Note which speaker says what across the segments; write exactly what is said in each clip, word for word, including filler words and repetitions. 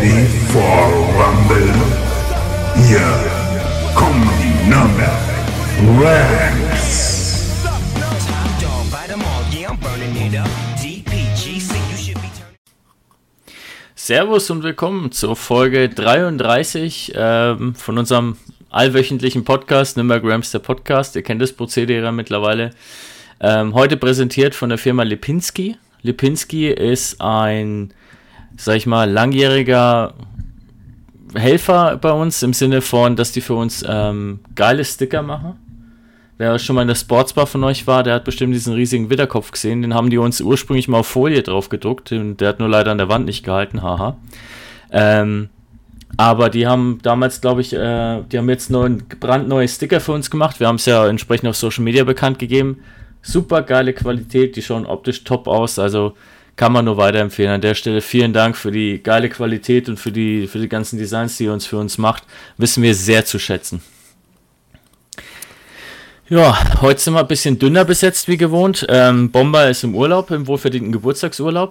Speaker 1: Ready for Rumble? Hier kommen die Nürnberg Ranks.
Speaker 2: Servus und willkommen zur Folge dreiunddreißig ähm, von unserem allwöchentlichen Podcast, Nürnberg Rams, der Podcast. Ihr kennt das Prozedere mittlerweile. Ähm, heute präsentiert von der Firma Lipinski. Lipinski ist ein, sag ich mal, langjähriger Helfer bei uns, im Sinne von, dass die für uns ähm, geile Sticker machen. Wer schon mal in der Sportsbar von euch war, der hat bestimmt diesen riesigen Widderkopf gesehen. Den haben die uns ursprünglich mal auf Folie drauf gedruckt und der hat nur leider an der Wand nicht gehalten, haha. Ähm, aber die haben damals, glaube ich, äh, die haben jetzt neuen, brandneue Sticker für uns gemacht. Wir haben es ja entsprechend auf Social Media bekannt gegeben. Super geile Qualität, die schauen optisch top aus, also kann man nur weiterempfehlen. An der Stelle vielen Dank für die geile Qualität und für die, für die ganzen Designs, die ihr uns für uns macht. Wissen wir sehr zu schätzen. Ja, heute sind wir ein bisschen dünner besetzt wie gewohnt. Ähm, Bomber ist im Urlaub, im wohlverdienten Geburtstagsurlaub.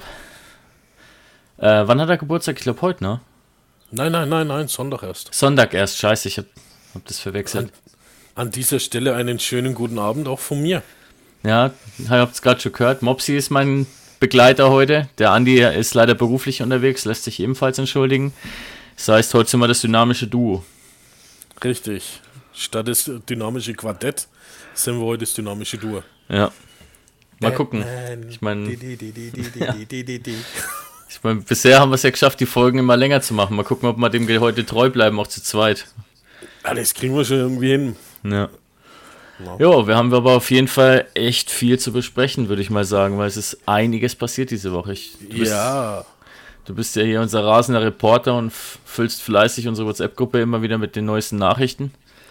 Speaker 2: Äh, wann hat er Geburtstag? Ich glaube heute, ne?
Speaker 3: Nein, nein, nein, nein, Sonntag erst.
Speaker 2: Sonntag erst, scheiße, ich hab, hab das verwechselt.
Speaker 3: An, an dieser Stelle einen schönen guten Abend auch von mir.
Speaker 2: Ja, ihr habt es gerade schon gehört. Mopsi ist mein Begleiter heute. Der Andi ist leider beruflich unterwegs, lässt sich ebenfalls entschuldigen. Das heißt, heute sind wir das dynamische Duo.
Speaker 3: Richtig. Statt das dynamische Quartett sind wir heute das dynamische Duo.
Speaker 2: Ja. Mal gucken. Ich meine, ja. ich mein, bisher haben wir es ja geschafft, die Folgen immer länger zu machen. Mal gucken, ob wir dem heute treu bleiben, auch zu zweit.
Speaker 3: Ja, das kriegen wir schon irgendwie hin.
Speaker 2: Ja. Jo, wir haben aber auf jeden Fall echt viel zu besprechen, würde ich mal sagen, weil es ist einiges passiert diese Woche. Ich, du bist,
Speaker 3: ja.
Speaker 2: Du bist ja hier unser rasender Reporter und füllst fleißig unsere WhatsApp-Gruppe immer wieder mit den neuesten Nachrichten.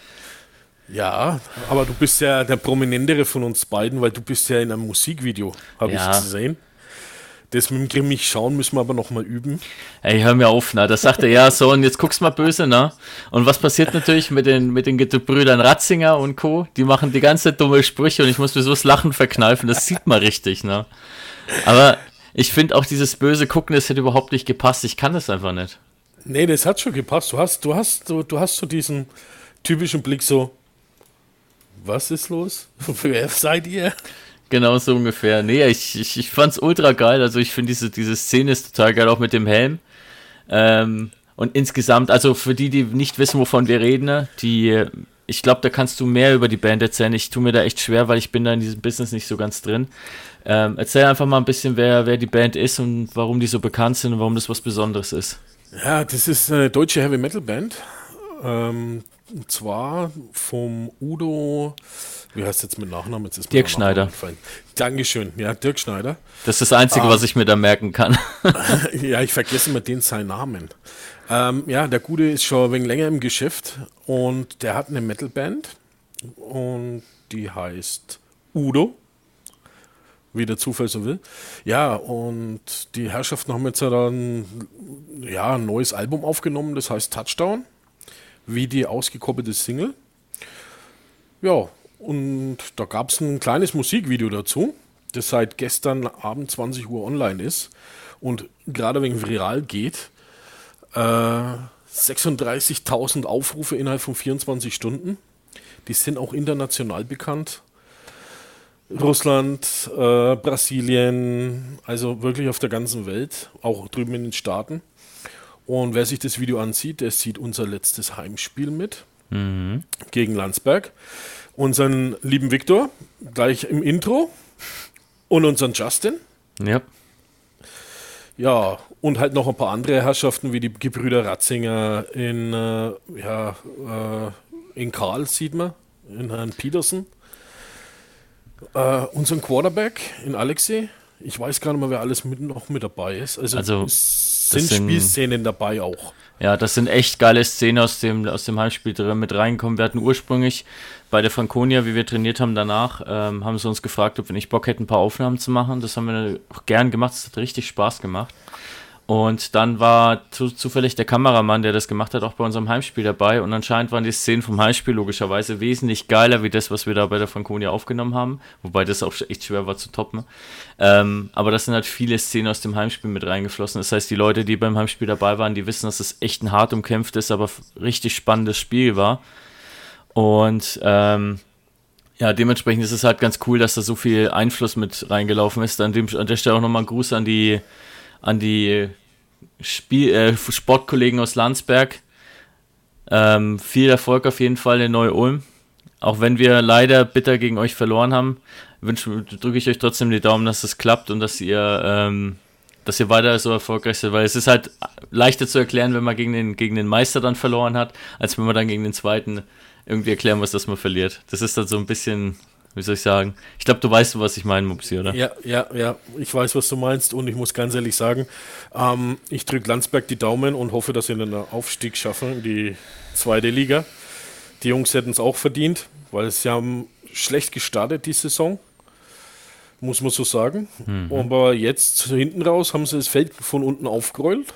Speaker 3: Ja, aber du bist ja der Prominentere von uns beiden, weil du bist ja in einem Musikvideo, habe
Speaker 2: ja.
Speaker 3: ich gesehen. Das mit dem grimmig schauen müssen wir aber nochmal üben.
Speaker 2: Ey, hör mir auf, na. Da sagt er, ja, so, und jetzt guckst mal böse, ne? Und was passiert natürlich mit den, mit den Brüdern Ratzinger und Co.? Die machen die ganze dumme Sprüche und ich muss mir so das Lachen verkneifen, das sieht man richtig, ne? Aber ich finde auch dieses böse Gucken, das hätte überhaupt nicht gepasst. Ich kann das einfach nicht.
Speaker 3: Nee, das hat schon gepasst. Du hast, du hast, du, du hast so diesen typischen Blick so, was ist los? Wer seid ihr?
Speaker 2: Genau so ungefähr. Nee, ich, ich, ich fand's ultra geil. Also ich finde diese, diese Szene ist total geil, auch mit dem Helm. Ähm, und insgesamt, also für die, die nicht wissen, wovon wir reden, ne, die, ich glaube, da kannst du mehr über die Band erzählen. Ich tue mir da echt schwer, weil ich bin da in diesem Business nicht so ganz drin. Ähm, erzähl einfach mal ein bisschen, wer, wer die Band ist und warum die so bekannt sind und warum das was Besonderes ist.
Speaker 3: Ja, das ist eine deutsche Heavy-Metal-Band. Ähm, und zwar vom Udo... Wie heißt jetzt mit Nachnamen? Jetzt ist
Speaker 2: Dirk Schneider.
Speaker 3: Dankeschön, ja, Dirk Schneider.
Speaker 2: Das ist das Einzige, ah. was ich mir da merken kann.
Speaker 3: Ja, ich vergesse immer den seinen Namen. Ähm, ja, der Gute ist schon ein wenig länger im Geschäft und der hat eine Metalband und die heißt Udo, wie der Zufall so will. Ja, und die Herrschaften haben jetzt ja dann ja, ein neues Album aufgenommen, das heißt Touchdown, wie die ausgekoppelte Single. Ja, und da gab es ein kleines Musikvideo dazu, das seit gestern Abend zwanzig Uhr online ist und gerade wegen viral geht. Äh, sechsunddreißigtausend Aufrufe innerhalb von vierundzwanzig Stunden. Die sind auch international bekannt. Russland, äh, Brasilien, also wirklich auf der ganzen Welt, auch drüben in den Staaten. Und wer sich das Video ansieht, der sieht unser letztes Heimspiel mit mhm. gegen Landsberg. Unseren lieben Viktor, gleich im Intro. Und unseren Justin.
Speaker 2: Ja.
Speaker 3: Ja, und halt noch ein paar andere Herrschaften, wie die Gebrüder Ratzinger in, äh, ja, äh, in Karl sieht man, in Herrn Petersen. Äh, unseren Quarterback in Alexei. Ich weiß gar nicht mal, wer alles mit, noch mit dabei ist. Also,
Speaker 2: also
Speaker 3: es sind, sind Spielszenen dabei auch.
Speaker 2: Ja, das sind echt geile Szenen aus dem, aus dem Heimspiel drin mit reingekommen. Wir hatten ursprünglich bei der Franconia, wie wir trainiert haben danach, ähm, haben sie uns gefragt, ob wir nicht Bock hätten, ein paar Aufnahmen zu machen. Das haben wir auch gern gemacht, es hat richtig Spaß gemacht. Und dann war zu, zufällig der Kameramann, der das gemacht hat, auch bei unserem Heimspiel dabei. Und anscheinend waren die Szenen vom Heimspiel logischerweise wesentlich geiler, wie das, was wir da bei der Franconia aufgenommen haben. Wobei das auch echt schwer war zu toppen. Ähm, aber das sind halt viele Szenen aus dem Heimspiel mit reingeflossen. Das heißt, die Leute, die beim Heimspiel dabei waren, die wissen, dass es echt ein hart umkämpftes, aber richtig spannendes Spiel war. Und ähm, ja, dementsprechend ist es halt ganz cool, dass da so viel Einfluss mit reingelaufen ist. An, dem, an der Stelle auch nochmal ein Gruß an die an die Spiel, äh, Sportkollegen aus Landsberg. Ähm, viel Erfolg auf jeden Fall in Neu-Ulm. Auch wenn wir leider bitter gegen euch verloren haben, drücke ich euch trotzdem die Daumen, dass es klappt und dass ihr, ähm, dass ihr weiter so erfolgreich seid, weil es ist halt leichter zu erklären, wenn man gegen den, gegen den Meister dann verloren hat, als wenn man dann gegen den Zweiten irgendwie erklären muss, dass man verliert. Das ist dann so ein bisschen... Wie soll ich sagen? Ich glaube, du weißt, was ich meine, Mupsi, oder?
Speaker 3: Ja, ja, ja. Ich weiß, was du meinst und ich muss ganz ehrlich sagen, ähm, ich drücke Landsberg die Daumen und hoffe, dass sie einen Aufstieg schaffen in die zweite Liga. Die Jungs hätten es auch verdient, weil sie haben schlecht gestartet die Saison, muss man so sagen. Mhm. Aber jetzt hinten raus haben sie das Feld von unten aufgerollt.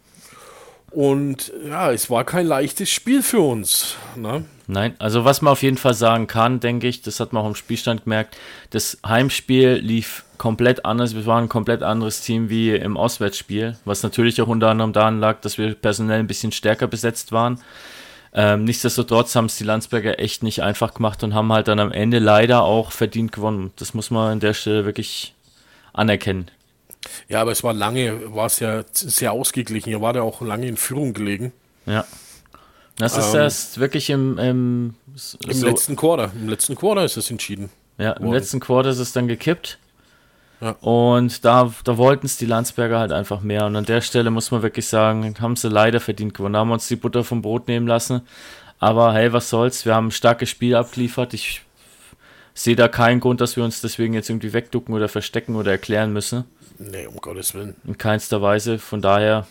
Speaker 3: Und ja, es war kein leichtes Spiel für uns. Ne?
Speaker 2: Nein, also was man auf jeden Fall sagen kann, denke ich, das hat man auch im Spielstand gemerkt, das Heimspiel lief komplett anders, wir waren ein komplett anderes Team wie im Auswärtsspiel, was natürlich auch unter anderem daran lag, dass wir personell ein bisschen stärker besetzt waren. Ähm, nichtsdestotrotz haben es die Landsberger echt nicht einfach gemacht und haben halt dann am Ende leider auch verdient gewonnen. Das muss man an der Stelle wirklich anerkennen.
Speaker 3: Ja, aber es war lange, war es ja sehr ausgeglichen. Ihr war ja auch lange in Führung gelegen.
Speaker 2: Ja. Das ist ähm, erst wirklich im... Im, so
Speaker 3: im letzten Quarter. Im letzten Quarter ist es entschieden.
Speaker 2: Ja, im worden. letzten Quarter ist es dann gekippt.
Speaker 3: Ja.
Speaker 2: Und da, da wollten es die Landsberger halt einfach mehr. Und an der Stelle muss man wirklich sagen, haben sie leider verdient gewonnen. Da haben wir uns die Butter vom Brot nehmen lassen. Aber hey, was soll's. Wir haben ein starkes Spiel abgeliefert. Ich sehe da keinen Grund, dass wir uns deswegen jetzt irgendwie wegducken oder verstecken oder erklären müssen.
Speaker 3: Nee, um Gottes Willen.
Speaker 2: In keinster Weise, von daher.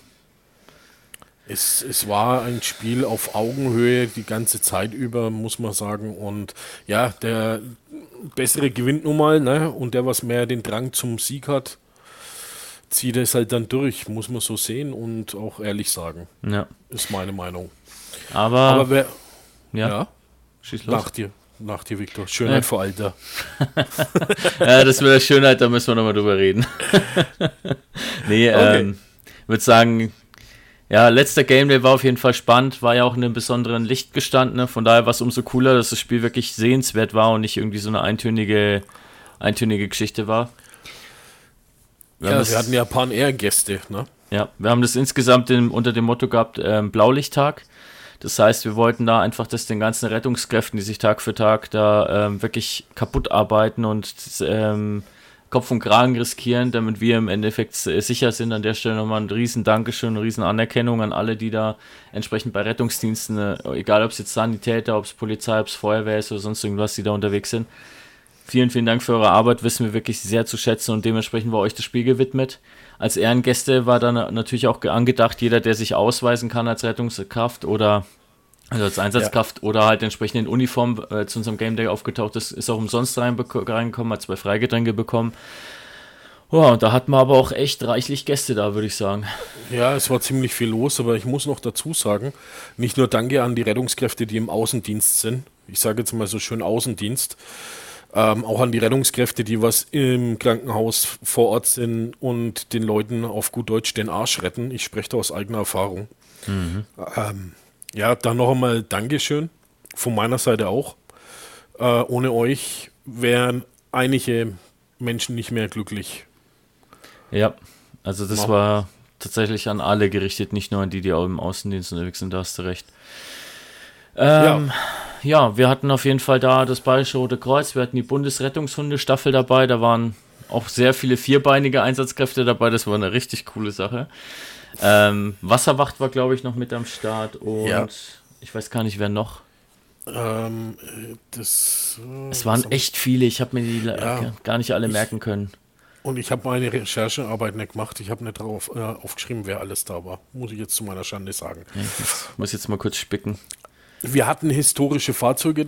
Speaker 3: Es, es war ein Spiel auf Augenhöhe die ganze Zeit über, muss man sagen. Und ja, der Bessere gewinnt nun mal, ne? Und der, was mehr den Drang zum Sieg hat, zieht es halt dann durch, muss man so sehen und auch ehrlich sagen.
Speaker 2: Ja.
Speaker 3: Ist meine Meinung.
Speaker 2: Aber,
Speaker 3: Aber wer.
Speaker 2: Ja.
Speaker 3: ja
Speaker 2: Schieß los.
Speaker 3: Nach dir. Nach dir, Viktor. Schönheit ja. vor Alter.
Speaker 2: Ja, das mit der Schönheit, da müssen wir nochmal drüber reden. Nee, okay. ähm, ich würde sagen, ja, letzter Gameplay war auf jeden Fall spannend, war ja auch in einem besonderen Licht gestanden, ne? Von daher war es umso cooler, dass das Spiel wirklich sehenswert war und nicht irgendwie so eine eintönige, eintönige Geschichte war.
Speaker 3: Wir, ja, das, wir hatten ja ein paar Ehrengäste, ne?
Speaker 2: Ja, wir haben das insgesamt in, unter dem Motto gehabt, ähm, Blaulichttag. Das heißt, wir wollten da einfach, dass den ganzen Rettungskräften, die sich Tag für Tag da ähm, wirklich kaputt arbeiten und ähm, Kopf und Kragen riskieren, damit wir im Endeffekt äh, sicher sind. An der Stelle nochmal ein riesen Dankeschön, eine riesen Anerkennung an alle, die da entsprechend bei Rettungsdiensten, äh, egal ob es jetzt Sanitäter, ob es Polizei, ob es Feuerwehr ist oder sonst irgendwas, die da unterwegs sind. Vielen, vielen Dank für eure Arbeit, wissen wir wirklich sehr zu schätzen und dementsprechend war euch das Spiel gewidmet. Als Ehrengäste war dann natürlich auch angedacht, jeder, der sich ausweisen kann als Rettungskraft oder also als Einsatzkraft ja. oder halt entsprechend in Uniform äh, zu unserem Game Day aufgetaucht ist, ist auch umsonst reinbe- reingekommen, hat zwei Freigetränke bekommen. Oh, und da hatten wir aber auch echt reichlich Gäste da, würde ich sagen.
Speaker 3: Ja, es war ziemlich viel los, aber ich muss noch dazu sagen, nicht nur Danke an die Rettungskräfte, die im Außendienst sind, ich sage jetzt mal so schön Außendienst, Ähm, auch an die Rettungskräfte, die was im Krankenhaus vor Ort sind und den Leuten auf gut Deutsch den Arsch retten. Ich spreche da aus eigener Erfahrung. Mhm. Ähm, ja, dann noch einmal Dankeschön. Von meiner Seite auch. Äh, ohne euch wären einige Menschen nicht mehr glücklich.
Speaker 2: Ja, also das ja. war tatsächlich an alle gerichtet, nicht nur an die, die auch im Außendienst unterwegs sind, da hast du recht. Ähm, ja. ja, wir hatten auf jeden Fall da das Bayerische Rote Kreuz, wir hatten die Bundesrettungshunde-Staffel dabei, da waren auch sehr viele vierbeinige Einsatzkräfte dabei, das war eine richtig coole Sache. Ähm, Wasserwacht war, glaube ich, noch mit am Start und ja. ich weiß gar nicht, wer noch.
Speaker 3: Ähm, das,
Speaker 2: äh, es waren echt viele, ich habe mir die ja. gar nicht alle ich, merken können.
Speaker 3: Und ich habe meine Recherchearbeit nicht gemacht, ich habe nicht drauf äh, aufgeschrieben, wer alles da war, muss ich jetzt zu meiner Schande sagen.
Speaker 2: Ja, ich muss jetzt mal kurz spicken.
Speaker 3: Wir hatten historische Fahrzeuge da.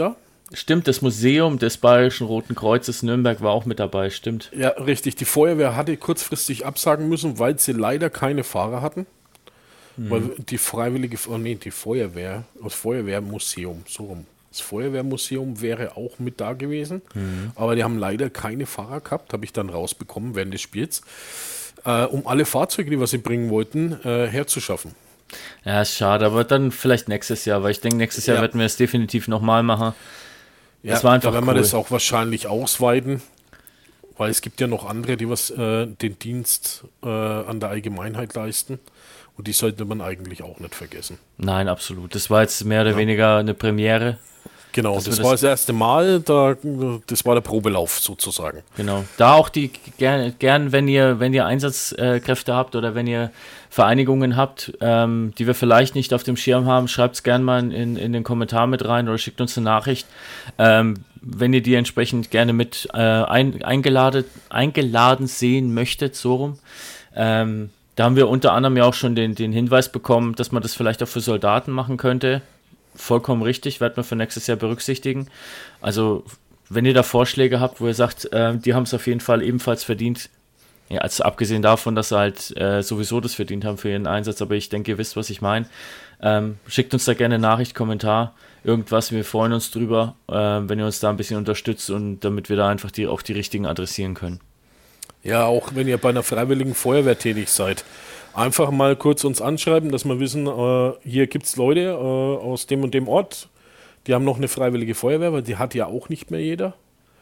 Speaker 2: Stimmt, das Museum des Bayerischen Roten Kreuzes Nürnberg war auch mit dabei, stimmt.
Speaker 3: Ja, richtig. Die Feuerwehr hatte kurzfristig absagen müssen, weil sie leider keine Fahrer hatten. Mhm. Weil die Freiwillige, oh nee, die Feuerwehr, das Feuerwehrmuseum, so rum. Das Feuerwehrmuseum wäre auch mit da gewesen, mhm. aber die haben leider keine Fahrer gehabt, habe ich dann rausbekommen während des Spiels, äh, um alle Fahrzeuge, die was sie bringen wollten, äh, herzuschaffen.
Speaker 2: Ja, ist schade, aber dann vielleicht nächstes Jahr, weil ich denke, nächstes Jahr ja. werden wir es definitiv nochmal machen.
Speaker 3: Ja,
Speaker 2: das war einfach
Speaker 3: da werden
Speaker 2: cool.
Speaker 3: wir das auch wahrscheinlich ausweiten, weil es gibt ja noch andere, die was äh, den Dienst äh, an der Allgemeinheit leisten und die sollte man eigentlich auch nicht vergessen.
Speaker 2: Nein, absolut. Das war jetzt mehr oder ja. weniger eine Premiere.
Speaker 3: Genau, das, das war das erste Mal, da, das war der Probelauf sozusagen.
Speaker 2: Genau, da auch die gern, gern wenn ihr wenn ihr Einsatzkräfte habt oder wenn ihr Vereinigungen habt, ähm, die wir vielleicht nicht auf dem Schirm haben, schreibt es gerne mal in, in den Kommentar mit rein oder schickt uns eine Nachricht, ähm, wenn ihr die entsprechend gerne mit äh, ein, eingeladen, eingeladen sehen möchtet, so rum. Ähm, da haben wir unter anderem ja auch schon den, den Hinweis bekommen, dass man das vielleicht auch für Soldaten machen könnte. Vollkommen richtig, werden wir für nächstes Jahr berücksichtigen. Also, wenn ihr da Vorschläge habt, wo ihr sagt, äh, die haben es auf jeden Fall ebenfalls verdient, ja, also abgesehen davon, dass sie halt äh, sowieso das verdient haben für ihren Einsatz, aber ich denke, ihr wisst, was ich meine. Ähm, schickt uns da gerne eine Nachricht, Kommentar, irgendwas, wir freuen uns drüber, äh, wenn ihr uns da ein bisschen unterstützt und damit wir da einfach die, auch die richtigen adressieren können.
Speaker 3: Ja, auch wenn ihr bei einer freiwilligen Feuerwehr tätig seid. Einfach mal kurz uns anschreiben, dass wir wissen, äh, hier gibt es Leute äh, aus dem und dem Ort, die haben noch eine freiwillige Feuerwehr, weil die hat ja auch nicht mehr jeder.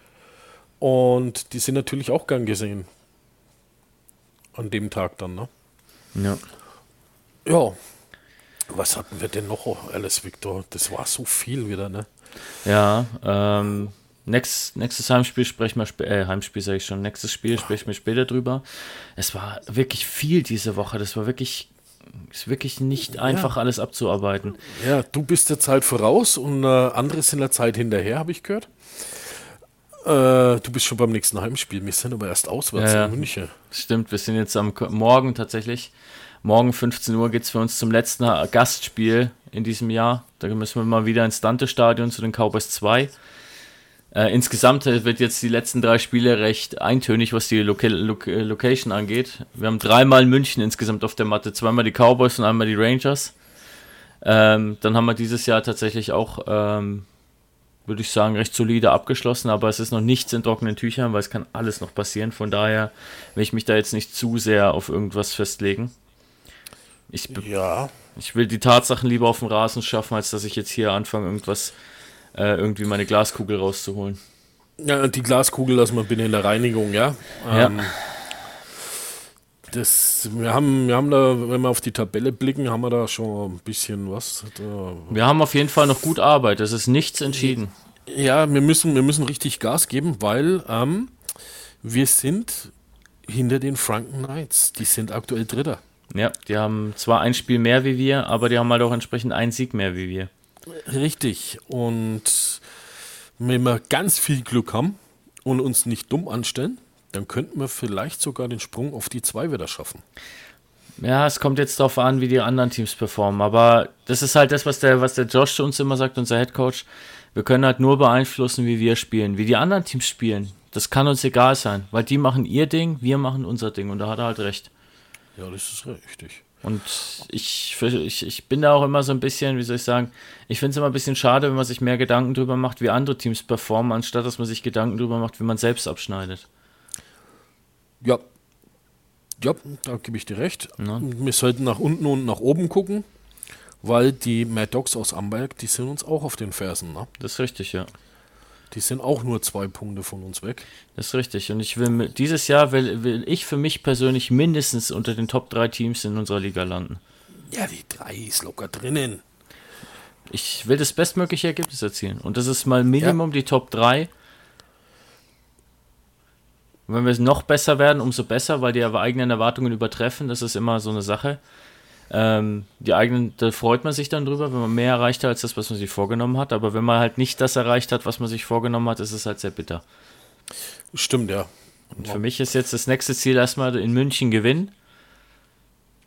Speaker 3: Und die sind natürlich auch gern gesehen. An dem Tag dann, ne?
Speaker 2: Ja.
Speaker 3: Ja. Was hatten wir denn noch alles, Victor? Das war so viel wieder, ne?
Speaker 2: Ja, ähm... Nächstes, nächstes Heimspiel sprechen wir, sp- äh, Heimspiel sage ich schon, nächstes Spiel sprechen wir später drüber. Es war wirklich viel diese Woche, das war wirklich, ist wirklich nicht einfach ja. alles abzuarbeiten.
Speaker 3: Ja, du bist der Zeit voraus und äh, andere sind der Zeit hinterher, habe ich gehört. Äh, du bist schon beim nächsten Heimspiel, wir sind aber erst auswärts
Speaker 2: ja,
Speaker 3: in München.
Speaker 2: Stimmt, wir sind jetzt am Morgen tatsächlich, morgen fünfzehn Uhr geht es für uns zum letzten Gastspiel in diesem Jahr. Da müssen wir mal wieder ins Dante-Stadion zu den Cowboys zwei. Äh, insgesamt wird jetzt die letzten drei Spiele recht eintönig, was die Loca- Lo- Location angeht. Wir haben dreimal München insgesamt auf der Matte, zweimal die Cowboys und einmal die Rangers. Ähm, dann haben wir dieses Jahr tatsächlich auch, ähm, würde ich sagen, recht solide abgeschlossen, aber es ist noch nichts in trockenen Tüchern, weil es kann alles noch passieren. Von daher will ich mich da jetzt nicht zu sehr auf irgendwas festlegen. Ich, be-
Speaker 3: ja.
Speaker 2: ich will die Tatsachen lieber auf dem Rasen schaffen, als dass ich jetzt hier anfange, irgendwas irgendwie meine Glaskugel rauszuholen.
Speaker 3: Ja, die Glaskugel lassen wir bitte in der Reinigung, ja.
Speaker 2: ja.
Speaker 3: Ähm, das, wir haben, wir haben da, wenn wir auf die Tabelle blicken, haben wir da schon ein bisschen was. Da.
Speaker 2: Wir haben auf jeden Fall noch gut Arbeit, es ist nichts entschieden.
Speaker 3: Ja, wir müssen, wir müssen richtig Gas geben, weil ähm, wir sind hinter den Franken Knights. Die sind aktuell Dritter.
Speaker 2: Ja, die haben zwar ein Spiel mehr wie wir, aber die haben halt auch entsprechend einen Sieg mehr wie wir.
Speaker 3: Richtig. Und wenn wir ganz viel Glück haben und uns nicht dumm anstellen, dann könnten wir vielleicht sogar den Sprung auf die zwei wieder schaffen.
Speaker 2: Ja, es kommt jetzt darauf an, wie die anderen Teams performen. Aber das ist halt das, was der, was der Josh zu uns immer sagt, unser Headcoach. Wir können halt nur beeinflussen, wie wir spielen. Wie die anderen Teams spielen, das kann uns egal sein. Weil die machen ihr Ding, wir machen unser Ding. Und da hat er halt recht.
Speaker 3: Ja, das ist richtig.
Speaker 2: Und ich, ich, ich bin da auch immer so ein bisschen, wie soll ich sagen, ich finde es immer ein bisschen schade, wenn man sich mehr Gedanken drüber macht, wie andere Teams performen, anstatt dass man sich Gedanken drüber macht, wie man selbst abschneidet.
Speaker 3: Ja, ja, da gebe ich dir recht.
Speaker 2: Ja.
Speaker 3: Wir sollten nach unten und nach oben gucken, weil die Mad Dogs aus Amberg, die sind uns auch auf den Fersen. Ne?
Speaker 2: Das ist richtig, ja.
Speaker 3: Die sind auch nur zwei Punkte von uns weg.
Speaker 2: Das ist richtig. Und ich will dieses Jahr will, will ich für mich persönlich mindestens unter den Top drei Teams in unserer Liga landen.
Speaker 3: Ja, die drei ist locker drinnen.
Speaker 2: Ich will das bestmögliche Ergebnis erzielen. Und das ist mal Minimum ja. die Top drei. Und wenn wir noch besser werden, umso besser, weil die aber eigenen Erwartungen übertreffen. Das ist immer so eine Sache. Ähm, die eigenen, da freut man sich dann drüber, wenn man mehr erreicht hat als das, was man sich vorgenommen hat. Aber wenn man halt nicht das erreicht hat, was man sich vorgenommen hat, ist es halt sehr bitter.
Speaker 3: Stimmt, ja.
Speaker 2: Und für mich ist jetzt das nächste Ziel erstmal in München gewinnen.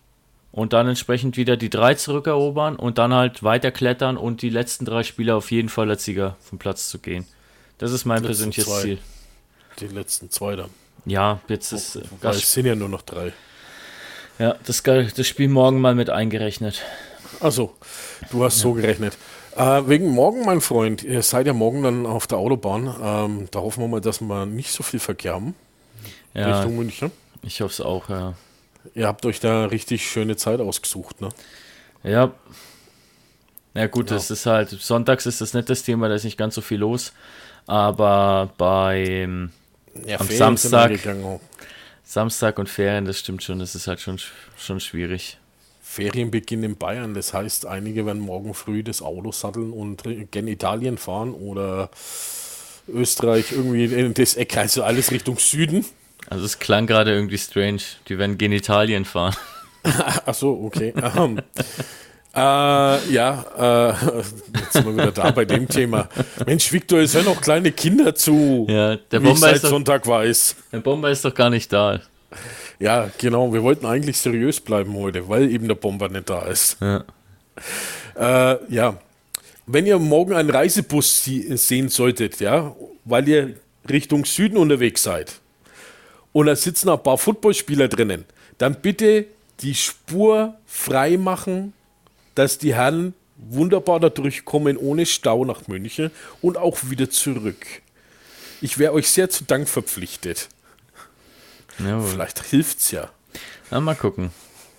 Speaker 2: und dann entsprechend wieder die drei zurückerobern und dann halt weiter klettern und die letzten drei Spieler auf jeden Fall als Sieger vom Platz zu gehen. Das ist mein persönliches
Speaker 3: zwei.
Speaker 2: Ziel.
Speaker 3: Die letzten zwei dann.
Speaker 2: Ja, jetzt ist äh,
Speaker 3: Weil es sind ja nur noch drei.
Speaker 2: ja, das, das Spiel morgen mal mit eingerechnet.
Speaker 3: Achso, du hast ja. so gerechnet. Äh, wegen morgen, mein Freund, ihr seid ja morgen dann auf der Autobahn. Ähm, da hoffen wir mal, dass wir nicht so viel Verkehr haben.
Speaker 2: Ja,
Speaker 3: Richtung München.
Speaker 2: Ich hoffe es auch, ja.
Speaker 3: Ihr habt euch da richtig schöne Zeit ausgesucht, ne?
Speaker 2: Ja. Ja gut,
Speaker 3: Ja.
Speaker 2: das ist halt, sonntags ist das nicht das Thema, da ist nicht ganz so viel los. Aber beim
Speaker 3: Ja,
Speaker 2: am
Speaker 3: Ferien
Speaker 2: Samstag,
Speaker 3: sind angegangen auch.
Speaker 2: Samstag und Ferien, das stimmt schon, das ist halt schon, schon schwierig.
Speaker 3: Ferienbeginn in Bayern, das heißt, einige werden morgen früh das Auto satteln und gen Italien fahren oder Österreich irgendwie in das Eck, also alles Richtung Süden.
Speaker 2: Also es klang gerade irgendwie strange, die werden gen Italien fahren.
Speaker 3: Ach so, okay. ähm, äh, ja, äh, jetzt sind wir wieder da bei dem Thema. Mensch, Victor, es hören noch kleine Kinder zu,
Speaker 2: Ja, der
Speaker 3: wie ich
Speaker 2: Bomber
Speaker 3: seit
Speaker 2: ist doch,
Speaker 3: Sonntag weiß.
Speaker 2: der Bomber ist doch gar nicht da.
Speaker 3: Ja, genau, wir wollten eigentlich seriös bleiben heute, weil eben der Bomber nicht da ist.
Speaker 2: Ja.
Speaker 3: Äh, ja, wenn ihr morgen einen Reisebus sie- sehen solltet, ja, weil ihr Richtung Süden unterwegs seid und da sitzen ein paar Footballspieler drinnen, dann bitte die Spur frei machen, dass die Herren wunderbar da durchkommen ohne Stau nach München und auch wieder zurück. Ich wäre euch sehr zu Dank verpflichtet.
Speaker 2: Jawohl.
Speaker 3: Vielleicht hilft's ja.
Speaker 2: Na, mal gucken.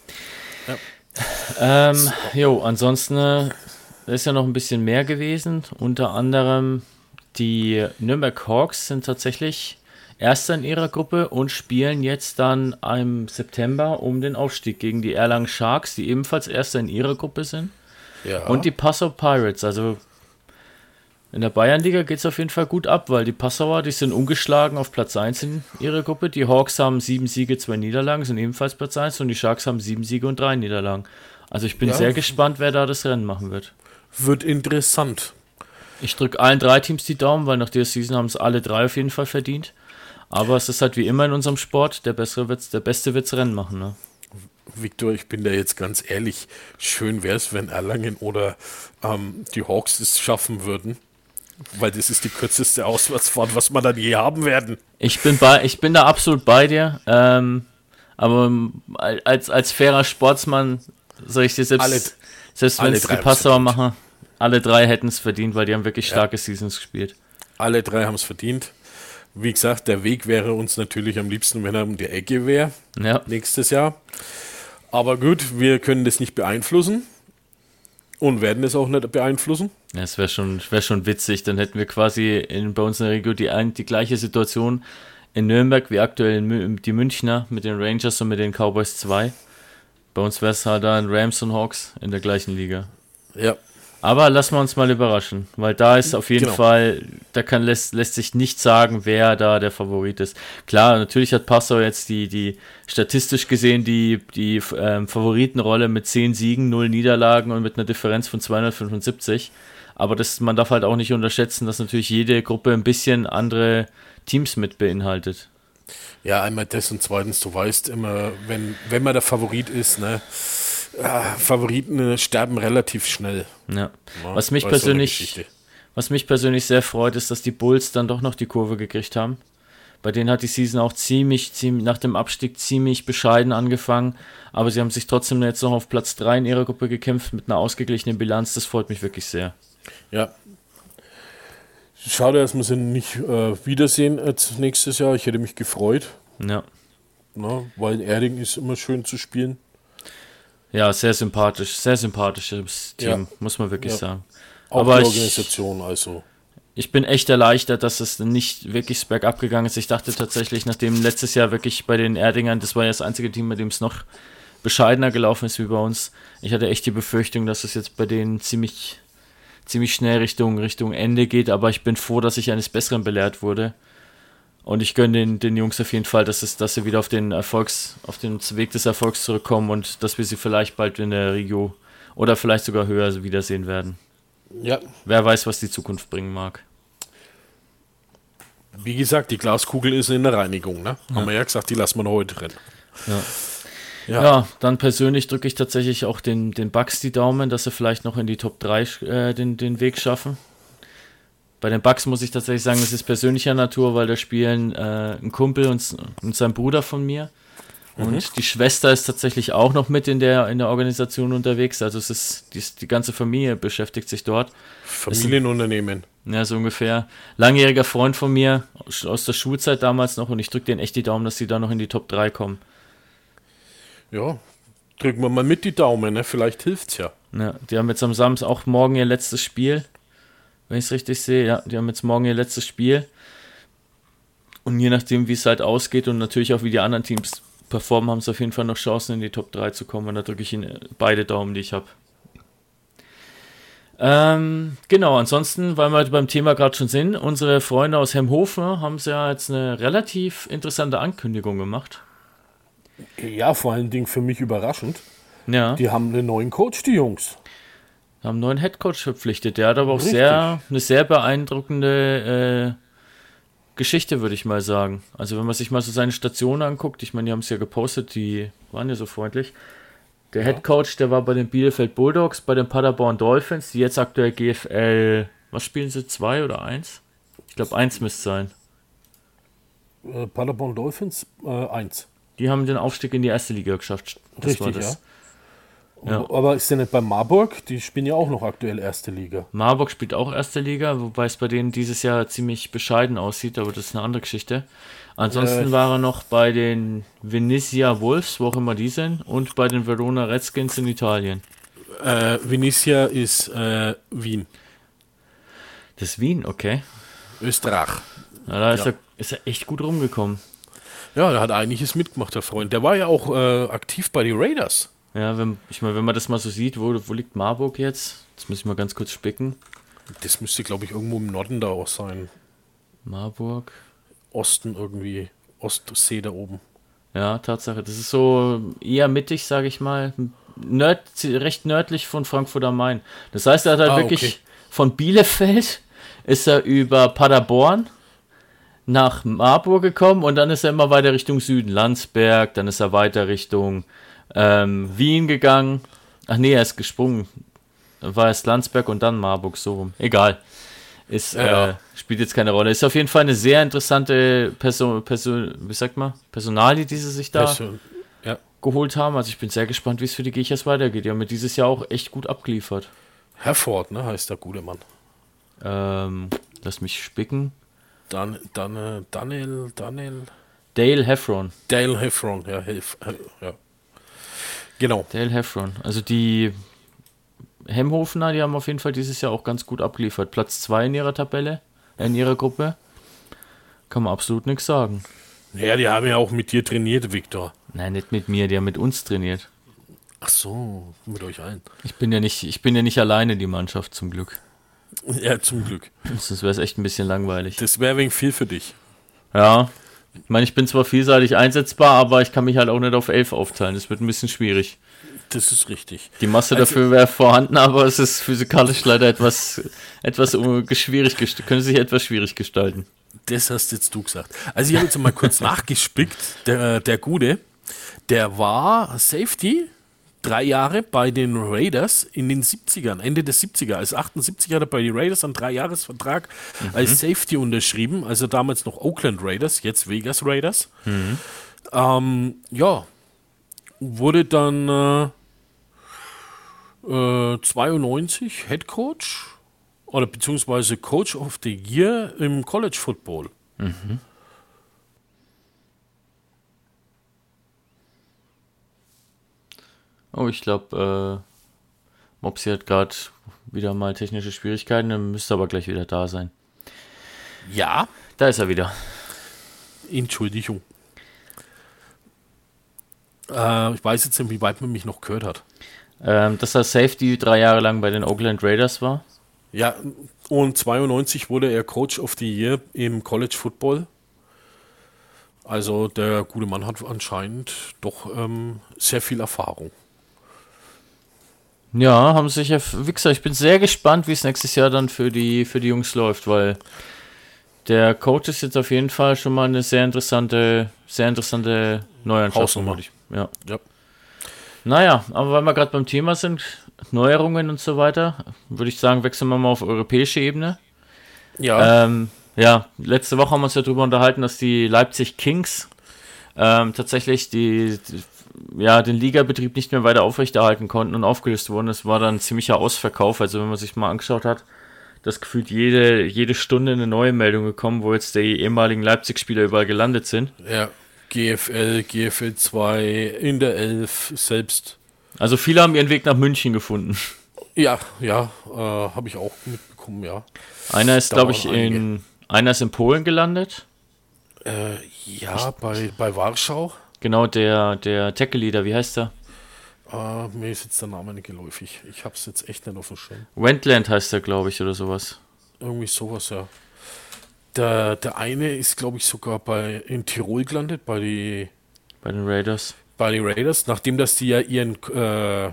Speaker 2: Ja. Ähm, jo, ansonsten äh, ist ja noch ein bisschen mehr gewesen. Unter anderem die Nürnberg Hawks sind tatsächlich Erster in ihrer Gruppe und spielen jetzt dann im September um den Aufstieg gegen die Erlangen Sharks, die ebenfalls Erster in ihrer Gruppe sind.
Speaker 3: Ja.
Speaker 2: Und die Passau Pirates. Also in der Bayernliga geht es auf jeden Fall gut ab, weil die Passauer, die sind ungeschlagen auf Platz eins in ihrer Gruppe. Die Hawks haben sieben Siege, zwei Niederlagen, sind ebenfalls Platz eins und die Sharks haben sieben Siege und drei Niederlagen. Also ich bin
Speaker 3: Ja.
Speaker 2: sehr gespannt, wer da das Rennen machen wird.
Speaker 3: Wird interessant.
Speaker 2: Ich drücke allen drei Teams die Daumen, weil nach der Season haben es alle drei auf jeden Fall verdient. Aber es ist halt wie immer in unserem Sport, der bessere wird's, der Beste wird's Rennen machen, ne?
Speaker 3: Victor, ich bin da jetzt ganz ehrlich, schön wäre es, wenn Erlangen oder ähm, die Hawks es schaffen würden, weil das ist die kürzeste Auswärtsfahrt, was wir dann je haben werden.
Speaker 2: Ich bin bei, ich bin da absolut bei dir, ähm, aber als, als fairer Sportsmann soll ich dir selbst,
Speaker 3: Alle-
Speaker 2: selbst wenn
Speaker 3: alle
Speaker 2: es die
Speaker 3: drei haben's
Speaker 2: Passauer
Speaker 3: verdient.
Speaker 2: machen, alle drei hätten es verdient, weil die haben wirklich starke Seasons gespielt.
Speaker 3: Alle drei haben es verdient. Wie gesagt, der Weg wäre uns natürlich am liebsten, wenn er um die Ecke wäre,
Speaker 2: Ja,
Speaker 3: nächstes Jahr. Aber gut, wir können das nicht beeinflussen und werden es auch nicht beeinflussen.
Speaker 2: das wäre schon, wär schon witzig, dann hätten wir quasi in, bei uns in der Region die, ein- die gleiche Situation in Nürnberg wie aktuell in Mü- die Münchner mit den Rangers und mit den Cowboys zwei. Bei uns wäre es halt dann Rams und Hawks in der gleichen Liga.
Speaker 3: Ja,
Speaker 2: Aber lassen wir uns mal überraschen, weil da ist auf jeden
Speaker 3: Genau.
Speaker 2: Fall, da kann, lässt, lässt sich nicht sagen, wer da der Favorit ist. Klar, natürlich hat Passau jetzt die, die statistisch gesehen die, die ähm, Favoritenrolle mit zehn Siegen, null Niederlagen und mit einer Differenz von zweihundertfünfundsiebzig. Aber das, man darf halt auch nicht unterschätzen, dass natürlich jede Gruppe ein bisschen andere Teams mit beinhaltet.
Speaker 3: ja, einmal das und zweitens, du weißt immer, wenn, wenn man der Favorit ist, ne, äh, Favoriten äh, sterben relativ schnell.
Speaker 2: Ja.
Speaker 3: Ja,
Speaker 2: Was mich
Speaker 3: bei so einer
Speaker 2: persönlich,
Speaker 3: Geschichte.
Speaker 2: was mich persönlich sehr freut, ist, dass die Bulls dann doch noch die Kurve gekriegt haben. Bei denen hat die Season auch ziemlich, ziemlich nach dem Abstieg ziemlich bescheiden angefangen, aber sie haben sich trotzdem jetzt noch auf Platz drei in ihrer Gruppe gekämpft mit einer ausgeglichenen Bilanz. Das freut mich wirklich sehr.
Speaker 3: Ja. Schade, dass wir sie nicht äh, wiedersehen als nächstes Jahr. Ich hätte mich gefreut,
Speaker 2: Ja,
Speaker 3: ne, weil Erding ist immer schön zu spielen.
Speaker 2: ja, sehr sympathisch, sehr sympathisches Team,
Speaker 3: Ja.
Speaker 2: muss man wirklich
Speaker 3: Ja.
Speaker 2: sagen.
Speaker 3: Auch
Speaker 2: Aber
Speaker 3: die
Speaker 2: ich-
Speaker 3: Organisation, also.
Speaker 2: Ich bin echt erleichtert, dass es nicht wirklich bergab gegangen ist. Ich dachte tatsächlich, nachdem letztes Jahr wirklich bei den Erdingern, das war ja das einzige Team, bei dem es noch bescheidener gelaufen ist wie bei uns. Ich hatte echt die Befürchtung, dass es jetzt bei denen ziemlich, ziemlich schnell Richtung, Richtung Ende geht, aber ich bin froh, dass ich eines Besseren belehrt wurde. Und ich gönne den, den Jungs auf jeden Fall, dass, es, dass sie wieder auf den Erfolgs, auf den Weg des Erfolgs zurückkommen und dass wir sie vielleicht bald in der Regio oder vielleicht sogar höher wiedersehen werden.
Speaker 3: Ja,
Speaker 2: Wer weiß, was die Zukunft bringen mag.
Speaker 3: wie gesagt, die Glaskugel ist in der Reinigung, ne? Haben wir ja gesagt, die lassen wir noch heute drin.
Speaker 2: Ja. Ja, ja dann persönlich drücke ich tatsächlich auch den, den Bucks die Daumen, dass sie vielleicht noch in die Top drei äh, den, den Weg schaffen. Bei den Bucks muss ich tatsächlich sagen, das ist persönlicher Natur, weil da spielen äh, ein Kumpel und, und sein Bruder von mir. Und mhm. die Schwester ist tatsächlich auch noch mit in der, in der Organisation unterwegs. Also es ist die, die ganze Familie beschäftigt sich dort.
Speaker 3: Familienunternehmen.
Speaker 2: Ja, so ungefähr. Langjähriger Freund von mir, aus der Schulzeit damals noch. Und ich drücke denen echt die Daumen, dass sie da noch in die Top drei kommen.
Speaker 3: Ja, drücken wir mal mit die Daumen, ne? Vielleicht hilft's ja.
Speaker 2: Ja, die haben jetzt am Samstag auch morgen ihr letztes Spiel. Wenn ich es richtig sehe, ja, die haben jetzt morgen ihr letztes Spiel. Und je nachdem, wie es halt ausgeht und natürlich auch wie die anderen Teams performen, haben sie auf jeden Fall noch Chancen, in die Top drei zu kommen. Und da drücke ich ihnen beide Daumen, die ich habe. Ähm, genau, ansonsten, weil wir beim Thema gerade schon sind, unsere Freunde aus Hemhofen haben sie ja jetzt eine relativ interessante Ankündigung gemacht.
Speaker 3: Ja, vor allen Dingen für mich überraschend.
Speaker 2: Ja.
Speaker 3: Die haben einen neuen Coach, die Jungs.
Speaker 2: Haben einen neuen Headcoach verpflichtet. Der hat aber auch sehr, eine sehr beeindruckende äh, Geschichte, würde ich mal sagen. Also wenn man sich mal so seine Stationen anguckt, ich meine, die haben es ja gepostet, die waren ja so freundlich. Der ja. Headcoach, der war bei den Bielefeld Bulldogs, bei den Paderborn Dolphins, die jetzt aktuell G F L, was spielen sie, zwei oder eins? Ich glaube, eins müsste sein.
Speaker 3: Äh, Paderborn Dolphins, äh, eins.
Speaker 2: Die haben den Aufstieg in die erste Liga geschafft. Das
Speaker 3: Richtig,
Speaker 2: war das.
Speaker 3: ja. Ja. Aber ist der nicht bei Marburg? Die spielen ja auch noch aktuell erste Liga.
Speaker 2: Marburg spielt auch erste Liga, wobei es bei denen dieses Jahr ziemlich bescheiden aussieht, aber das ist eine andere Geschichte. Ansonsten äh, war er noch bei den Venezia Wolves, wo auch immer die sind, und bei den Verona Redskins in Italien.
Speaker 3: Äh, Venezia ist äh, Wien.
Speaker 2: Das ist Wien, okay.
Speaker 3: Österreich.
Speaker 2: Ja, da ist,
Speaker 3: ja.
Speaker 2: er, ist er echt gut rumgekommen.
Speaker 3: Ja, der hat einiges mitgemacht, der Freund. Der war ja auch äh, aktiv bei den Raiders.
Speaker 2: Ja, wenn, ich meine, wenn man das mal so sieht, wo, wo liegt Marburg jetzt? Das muss ich mal ganz kurz spicken.
Speaker 3: Das müsste, glaube ich, irgendwo im Norden da auch sein.
Speaker 2: Marburg.
Speaker 3: Osten irgendwie. Ostsee da oben.
Speaker 2: Ja, Tatsache. Das ist so eher mittig, sage ich mal. Nörd, recht nördlich von Frankfurt am Main. Das heißt, er hat halt ah, wirklich okay. von Bielefeld ist er über Paderborn nach Marburg gekommen und dann ist er immer weiter Richtung Süden. Landsberg, dann ist er weiter Richtung Ähm, Wien gegangen. Ach nee, er ist gesprungen. War erst Landsberg und dann Marburg, so rum. Egal. Ist, ja. äh, spielt jetzt keine Rolle. Ist auf jeden Fall eine sehr interessante Person, Person wie sagt man? Personalie, die sie sich da Person, ja. geholt haben. Also ich bin sehr gespannt, wie es für die Giechers weitergeht. Die haben mir dieses Jahr auch echt gut abgeliefert.
Speaker 3: Herford, ne, heißt der gute Mann.
Speaker 2: Ähm, lass mich spicken.
Speaker 3: Dan, Dan, Daniel, Daniel.
Speaker 2: Dale Heffron.
Speaker 3: Dale Heffron, ja, Hef, ja. Genau.
Speaker 2: Dale Heffron. Also die Hemhofener, die haben auf jeden Fall dieses Jahr auch ganz gut abgeliefert. Platz zwei in ihrer Tabelle, in ihrer Gruppe. Kann man absolut nichts sagen.
Speaker 3: Ja, die haben ja auch mit dir trainiert, Viktor.
Speaker 2: Nein, nicht mit mir, die haben mit uns trainiert.
Speaker 3: Ach so, mit euch allen.
Speaker 2: Ich bin ja nicht, ich bin ja nicht alleine die Mannschaft, zum Glück.
Speaker 3: Ja, zum Glück.
Speaker 2: Sonst wäre es echt ein bisschen langweilig.
Speaker 3: Das wäre wegen viel für dich.
Speaker 2: Ja. Ich meine, ich bin zwar vielseitig einsetzbar, aber ich kann mich halt auch nicht auf elf aufteilen. Das wird ein bisschen schwierig.
Speaker 3: Das ist richtig.
Speaker 2: Die Masse also, dafür wäre vorhanden, aber es ist physikalisch leider etwas, etwas schwierig, können sich etwas schwierig gestalten.
Speaker 3: Das hast jetzt du gesagt. Also ich habe jetzt mal kurz nachgespickt. Der, der Gute, der war Safety drei Jahre bei den Raiders in den siebzigern, Ende der siebziger. Als achtundsiebzig hat er bei den Raiders einen Drei-Jahres-Vertrag mhm. als Safety unterschrieben. Also damals noch Oakland Raiders, jetzt Vegas Raiders. Mhm. Ähm, ja, wurde dann äh, äh, zweiundneunzig Head Coach oder beziehungsweise Coach of the Year im College Football.
Speaker 2: Mhm. Oh, ich glaube, äh, Mopsi hat gerade wieder mal technische Schwierigkeiten, er müsste aber gleich wieder da sein.
Speaker 3: Ja.
Speaker 2: Da ist er wieder.
Speaker 3: Entschuldigung. Äh, ich weiß jetzt nicht, wie weit man mich noch gehört hat.
Speaker 2: Ähm, dass er Safety drei Jahre lang bei den Oakland Raiders war.
Speaker 3: Ja, und zweiundneunzig wurde er Coach of the Year im College Football. Also der gute Mann hat anscheinend doch ähm, sehr viel Erfahrung.
Speaker 2: Ja, haben sicher, wie gesagt, ich bin sehr gespannt, wie es nächstes Jahr dann für die, für die Jungs läuft, weil der Coach ist jetzt auf jeden Fall schon mal eine sehr interessante, sehr interessante Neuanschaffung.
Speaker 3: Hausnummer.
Speaker 2: Ja.
Speaker 3: Ja.
Speaker 2: Naja, aber weil wir gerade beim Thema sind, Neuerungen und so weiter, würde ich sagen, wechseln wir mal auf europäische Ebene.
Speaker 3: Ja.
Speaker 2: Ähm, ja, letzte Woche haben wir uns ja darüber unterhalten, dass die Leipzig Kings ähm, tatsächlich die, die, ja, den Ligabetrieb nicht mehr weiter aufrechterhalten konnten und aufgelöst wurden. Es war dann ein ziemlicher Ausverkauf, also wenn man sich mal angeschaut hat, dass gefühlt jede, jede Stunde eine neue Meldung gekommen, wo jetzt die ehemaligen Leipzig-Spieler überall gelandet sind.
Speaker 3: Ja, G F L, G F L zwei, in der Elf selbst.
Speaker 2: Also viele haben ihren Weg nach München gefunden.
Speaker 3: Ja, ja, äh, habe ich auch mitbekommen, ja.
Speaker 2: Einer ist,
Speaker 3: Da
Speaker 2: glaube
Speaker 3: waren
Speaker 2: ich,
Speaker 3: einige.
Speaker 2: in einer ist in Polen gelandet.
Speaker 3: Äh, ja, bei, bei Warschau.
Speaker 2: Genau, der, der Tackle-Leader, wie heißt er?
Speaker 3: Äh, mir ist jetzt der Name nicht geläufig. Ich habe es jetzt echt nicht auf dem Schirm.
Speaker 2: Wendland heißt er, glaube ich, oder sowas.
Speaker 3: Irgendwie sowas, ja. Der, der eine ist, glaube ich, sogar bei in Tirol gelandet, bei die,
Speaker 2: Bei den Raiders.
Speaker 3: bei die Raiders, nachdem dass die ja ihren, äh,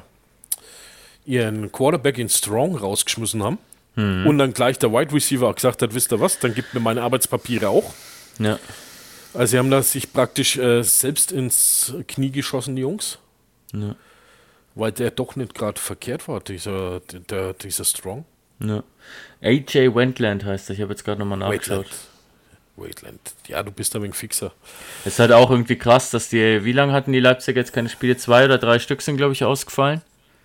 Speaker 3: ihren Quarterback in Strong rausgeschmissen haben. Und dann gleich der Wide Receiver gesagt hat, wisst ihr was, dann gibt mir meine Arbeitspapiere auch.
Speaker 2: Ja.
Speaker 3: Also sie haben da sich praktisch äh, selbst ins Knie geschossen, die Jungs.
Speaker 2: Ja.
Speaker 3: Weil der doch nicht gerade verkehrt war, dieser, der, dieser Strong.
Speaker 2: Ja. A J Wendland heißt er, ich habe jetzt gerade nochmal nachgeschaut.
Speaker 3: Waitland. Ja, du bist ein wenig fixer.
Speaker 2: Es ist halt auch irgendwie krass, dass die, wie lange hatten die Leipzig jetzt keine Spiele? Zwei oder drei Stück sind, glaube ich, ausgefallen.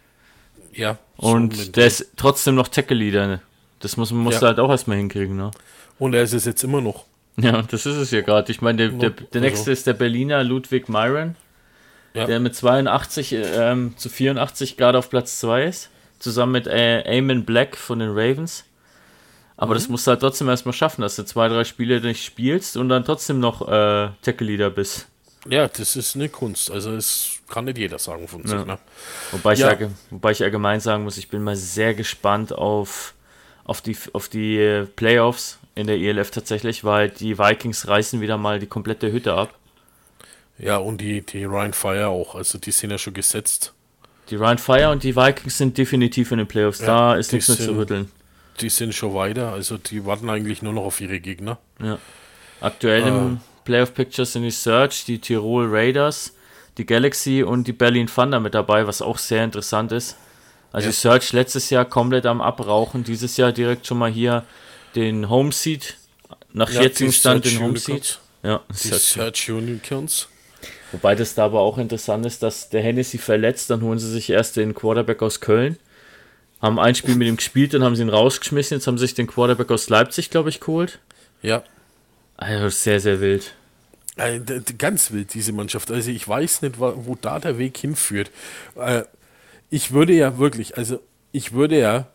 Speaker 3: Ja.
Speaker 2: Und
Speaker 3: so
Speaker 2: der ist trotzdem noch Tackle-Leader. Ne? Das muss man muss
Speaker 3: Ja.
Speaker 2: halt auch erstmal hinkriegen, ne?
Speaker 3: Und er ist es jetzt immer noch.
Speaker 2: Ja, das ist es ja gerade. Ich meine, der, der, der nächste ist der Berliner Ludwig Myron,
Speaker 3: Ja.
Speaker 2: der mit zweiundachtzig ähm, zu vierundachtzig gerade auf Platz zwei ist, zusammen mit äh, Eamon Black von den Ravens. Aber das musst du halt trotzdem erstmal schaffen, dass du zwei, drei Spiele nicht spielst und dann trotzdem noch äh, Tackle-Leader bist.
Speaker 3: Ja, das ist eine Kunst. Also es kann nicht jeder sagen von sich.
Speaker 2: Ja.
Speaker 3: Ne?
Speaker 2: Wobei ich,
Speaker 3: Ja.
Speaker 2: allge- wobei ich allgemein sagen muss, ich bin mal sehr gespannt auf, auf die, auf die äh, Playoffs in der E L F tatsächlich, weil die Vikings reißen wieder mal die komplette Hütte ab.
Speaker 3: Ja, und die, die Ryan Fire auch. Also die sind ja schon gesetzt.
Speaker 2: Die Ryan Fire und die Vikings sind definitiv in den Playoffs.
Speaker 3: Ja,
Speaker 2: da ist
Speaker 3: die
Speaker 2: nichts mehr zu
Speaker 3: sind-
Speaker 2: rütteln.
Speaker 3: Die sind schon weiter. Also die warten eigentlich nur noch auf ihre Gegner.
Speaker 2: Ja. Aktuell im Playoff Picture sind die Surge, die Tirol Raiders, die Galaxy und die Berlin Thunder mit dabei, was auch sehr interessant ist. Also
Speaker 3: Ja.
Speaker 2: die Surge letztes Jahr komplett am Abrauchen, dieses Jahr direkt schon mal hier den Home Seed, nach
Speaker 3: Ja,
Speaker 2: jetzigem
Speaker 3: die
Speaker 2: Stand den
Speaker 3: Surge
Speaker 2: Home Seed.
Speaker 3: Unicorns.
Speaker 2: Ja,
Speaker 3: Die
Speaker 2: Surge.
Speaker 3: Search Unicorns.
Speaker 2: Wobei das da aber auch interessant ist, dass der Hennessy verletzt, dann holen sie sich erst den Quarterback aus Köln, haben ein Spiel mit ihm gespielt, dann haben sie ihn rausgeschmissen, jetzt haben sie sich den Quarterback aus Leipzig, glaube ich, geholt.
Speaker 3: Ja.
Speaker 2: Also sehr, sehr wild.
Speaker 3: Äh, d- d- Ganz wild, diese Mannschaft. Also ich weiß nicht, wa- wo da der Weg hinführt. Äh, Ich würde ja wirklich, also ich würde ja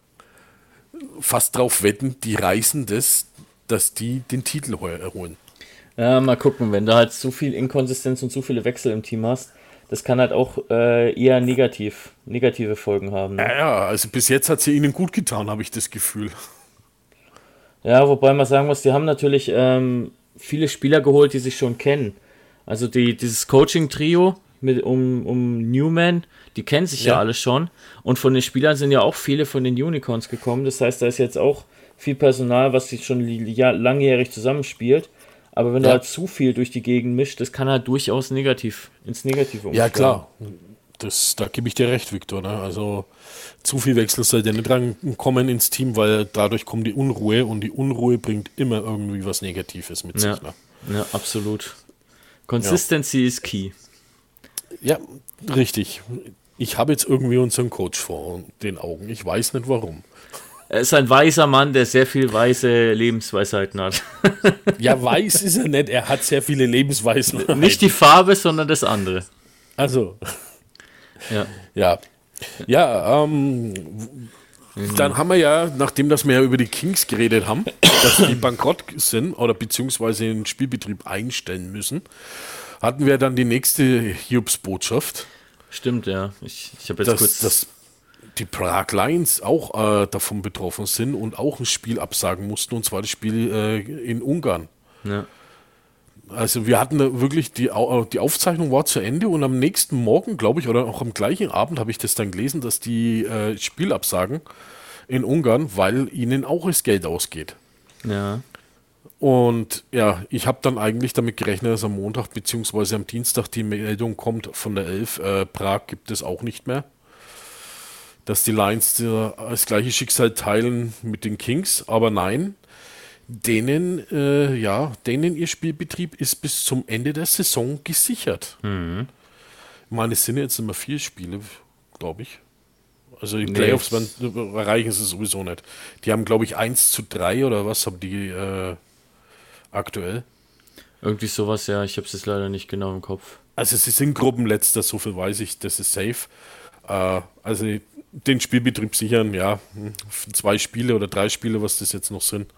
Speaker 3: fast drauf wetten, die reißen das, dass die den Titel heu- holen.
Speaker 2: Ja, mal gucken, wenn du halt so viel Inkonsistenz und so viele Wechsel im Team hast, das kann halt auch äh, eher negativ, negative Folgen haben. Ne?
Speaker 3: Ja, ja, also bis jetzt hat es ja ihnen gut getan, habe ich das Gefühl.
Speaker 2: Ja, wobei man sagen muss, die haben natürlich ähm, viele Spieler geholt, die sich schon kennen. Also die, dieses Coaching-Trio mit um, um Newman, die kennen sich ja.
Speaker 3: Ja.
Speaker 2: alle schon. Und von den Spielern sind ja auch viele von den Unicorns gekommen. Das heißt, da ist jetzt auch viel Personal, was sich schon li- ja, langjährig zusammenspielt. Aber wenn du
Speaker 3: Ja.
Speaker 2: halt zu viel durch die Gegend mischt, das kann halt durchaus negativ ins Negative umschlagen.
Speaker 3: Ja, klar. Das, da gebe ich dir recht, Viktor. Ne? Also zu viel Wechsel sollte nicht rankommen ins Team, weil dadurch kommt die Unruhe und die Unruhe bringt immer irgendwie was Negatives mit
Speaker 2: Ja,
Speaker 3: sich. Ne?
Speaker 2: ja, absolut. Consistency is key.
Speaker 3: Ja, richtig. Ich habe jetzt irgendwie unseren Coach vor den Augen. Ich weiß nicht warum.
Speaker 2: Er ist ein weiser Mann, der sehr viel weise Lebensweisheiten hat.
Speaker 3: Ja, weiß ist er nicht. Er hat sehr viele Lebensweisen.
Speaker 2: Nicht die Farbe, sondern das andere.
Speaker 3: Also,
Speaker 2: Ja.
Speaker 3: ja. Ja, ähm, dann haben wir ja, nachdem dass wir ja über die Kings geredet haben, dass die bankrott sind oder beziehungsweise den Spielbetrieb einstellen müssen, hatten wir dann die nächste Hiobs-Botschaft,
Speaker 2: Stimmt, ja. Ich, ich habe jetzt
Speaker 3: dass,
Speaker 2: kurz.
Speaker 3: dass die Prague Lions auch äh, davon betroffen sind und auch ein Spiel absagen mussten, und zwar das Spiel äh, in Ungarn.
Speaker 2: ja.
Speaker 3: Also wir hatten da wirklich, die, Au- die Aufzeichnung war zu Ende und am nächsten Morgen, glaube ich, oder auch am gleichen Abend habe ich das dann gelesen, dass die äh, Spiel absagen in Ungarn, weil ihnen auch das Geld ausgeht.
Speaker 2: Ja.
Speaker 3: Und ja, ich habe dann eigentlich damit gerechnet, dass am Montag bzw. am Dienstag die Meldung kommt von der Elf, äh, Prag gibt es auch nicht mehr. Dass die Lions äh, das gleiche Schicksal teilen mit den Kings, aber nein, denen, äh, ja, denen ihr Spielbetrieb ist bis zum Ende der Saison gesichert. Mhm. Ich meine, es sind jetzt immer vier Spiele, glaube ich. Also die
Speaker 2: Nee.
Speaker 3: Playoffs werden, erreichen sie sowieso nicht. Die haben, glaube ich, eins zu drei oder was haben die äh, aktuell.
Speaker 2: Irgendwie sowas, ja. Ich habe es jetzt leider nicht genau im Kopf.
Speaker 3: Also sie sind Gruppenletzter, so viel weiß ich, das ist safe. Äh, also den Spielbetrieb sichern, ja, zwei Spiele oder drei Spiele, was das jetzt noch sind.